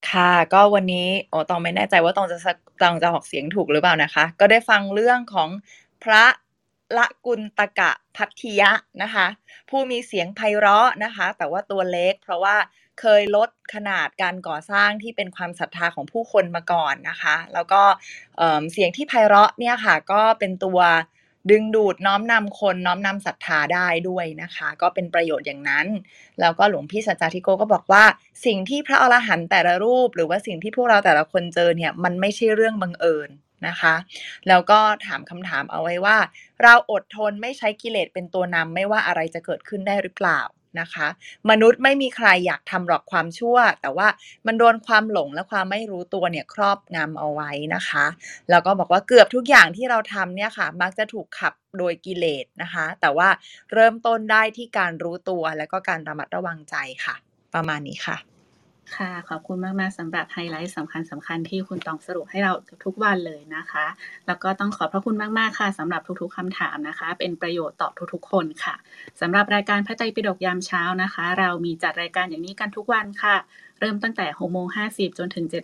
ค่ะก็วันนี้ตองไม่แน่ใจว่าตองจะออกเสียงถูกหรือเปล่านะคะก็ได้ฟังเรื่องของพระละกุณตกะพัทธิยะนะคะผู้มีเสียงไพเราะนะคะแต่ว่าตัวเล็กเพราะว่าเคยลดขนาดการก่อสร้างที่เป็นความศรัทธาของผู้คนมาก่อนนะคะแล้วก็เสียงที่ไพเราะเนี่ยค่ะก็เป็นตัวดึงดูดน้อมนำคนน้อมนำศรัทธาได้ด้วยนะคะก็เป็นประโยชน์อย่างนั้นแล้วก็หลวงพี่สัจจาธิโกก็บอกว่าสิ่งที่พระอรหันต์แต่ละรูปหรือว่าสิ่งที่พวกเราแต่ละคนเจอเนี่ยมันไม่ใช่เรื่องบังเอิญนะคะแล้วก็ถามคำถามเอาไว้ว่าเราอดทนไม่ใช้กิเลสเป็นตัวนำไม่ว่าอะไรจะเกิดขึ้นได้หรือเปล่านะคะมนุษย์ไม่มีใครอยากทำหรอกความชั่วแต่ว่ามันโดนความหลงและความไม่รู้ตัวเนี่ยครอบงำเอาไว้นะคะแล้วก็บอกว่าเกือบทุกอย่างที่เราทำเนี่ยค่ะมักจะถูกขับโดยกิเลสนะคะแต่ว่าเริ่มต้นได้ที่การรู้ตัวและก็การระมัดระวังใจค่ะประมาณนี้ค่ะค่ะขอบคุณมากๆสำหรับไฮไลท์สำคัญที่คุณตองสรุปให้เราทุกวันเลยนะคะแล้วก็ต้องขอบพระคุณมากๆค่ะสำหรับทุกๆคำถามนะคะเป็นประโยชน์ต่อทุกๆคนค่ะสำหรับรายการพระไตรปิฎกยามเช้านะคะเรามีจัดรายการอย่างนี้กันทุกวันค่ะเริ่มตั้งแต่6:50 จนถึง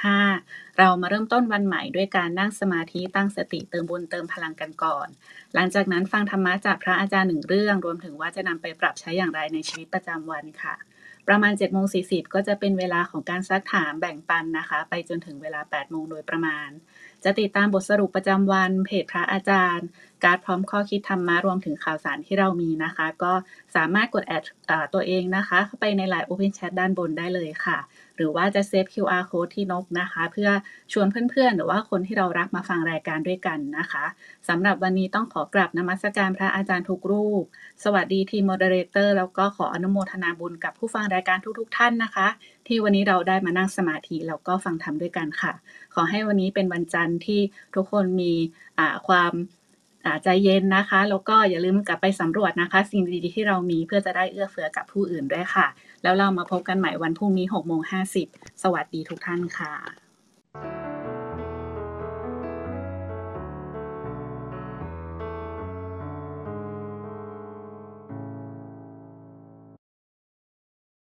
7:15เรามาเริ่มต้นวันใหม่ด้วยการนั่งสมาธิตั้งสติเติมบุญเติมพลังกันก่อนหลังจากนั้นฟังธรรมะจากพระอาจารย์1 เรื่องรวมถึงว่าจะนำไปปรับใช้อย่างไรในชีวิตประจำวันค่ะประมาณ7:40ก็จะเป็นเวลาของการซักถามแบ่งปันนะคะไปจนถึงเวลา8 โมงโดยประมาณจะติดตามบทสรุปประจำวันเพจพระอาจารย์การ์ดพร้อมข้อคิดธรรมะรวมถึงข่าวสารที่เรามีนะคะก็สามารถกดแอดตัวเองนะคะเข้าไปใน LINE Open Chat ด้านบนได้เลยค่ะหรือว่าจะเซฟ QR Code ที่นกนะคะเพื่อชวนเพื่อนๆหรือว่าคนที่เรารักมาฟังรายการด้วยกันนะคะสำหรับวันนี้ต้องขอกราบนมัสการพระอาจารย์ทุกรูปสวัสดีทีมโมเดเลเตอร์แล้วก็ขออนุโมทนาบุญกับผู้ฟังรายการทุกๆท่านนะคะที่วันนี้เราได้มานั่งสมาธิแล้วก็ฟังธรรมด้วยกันค่ะขอให้วันนี้เป็นวันจันทร์ที่ทุกคนมีความใจเย็นนะคะแล้วก็อย่าลืมกลับไปสำรวจนะคะสิ่งดีๆที่เรามีเพื่อจะได้เอื้อเฟื้อกับผู้อื่นด้วยค่ะแล้วเรามาพบกันใหม่วันพรุ่งนี้6:50 สวัสดีทุกท่านค่ะ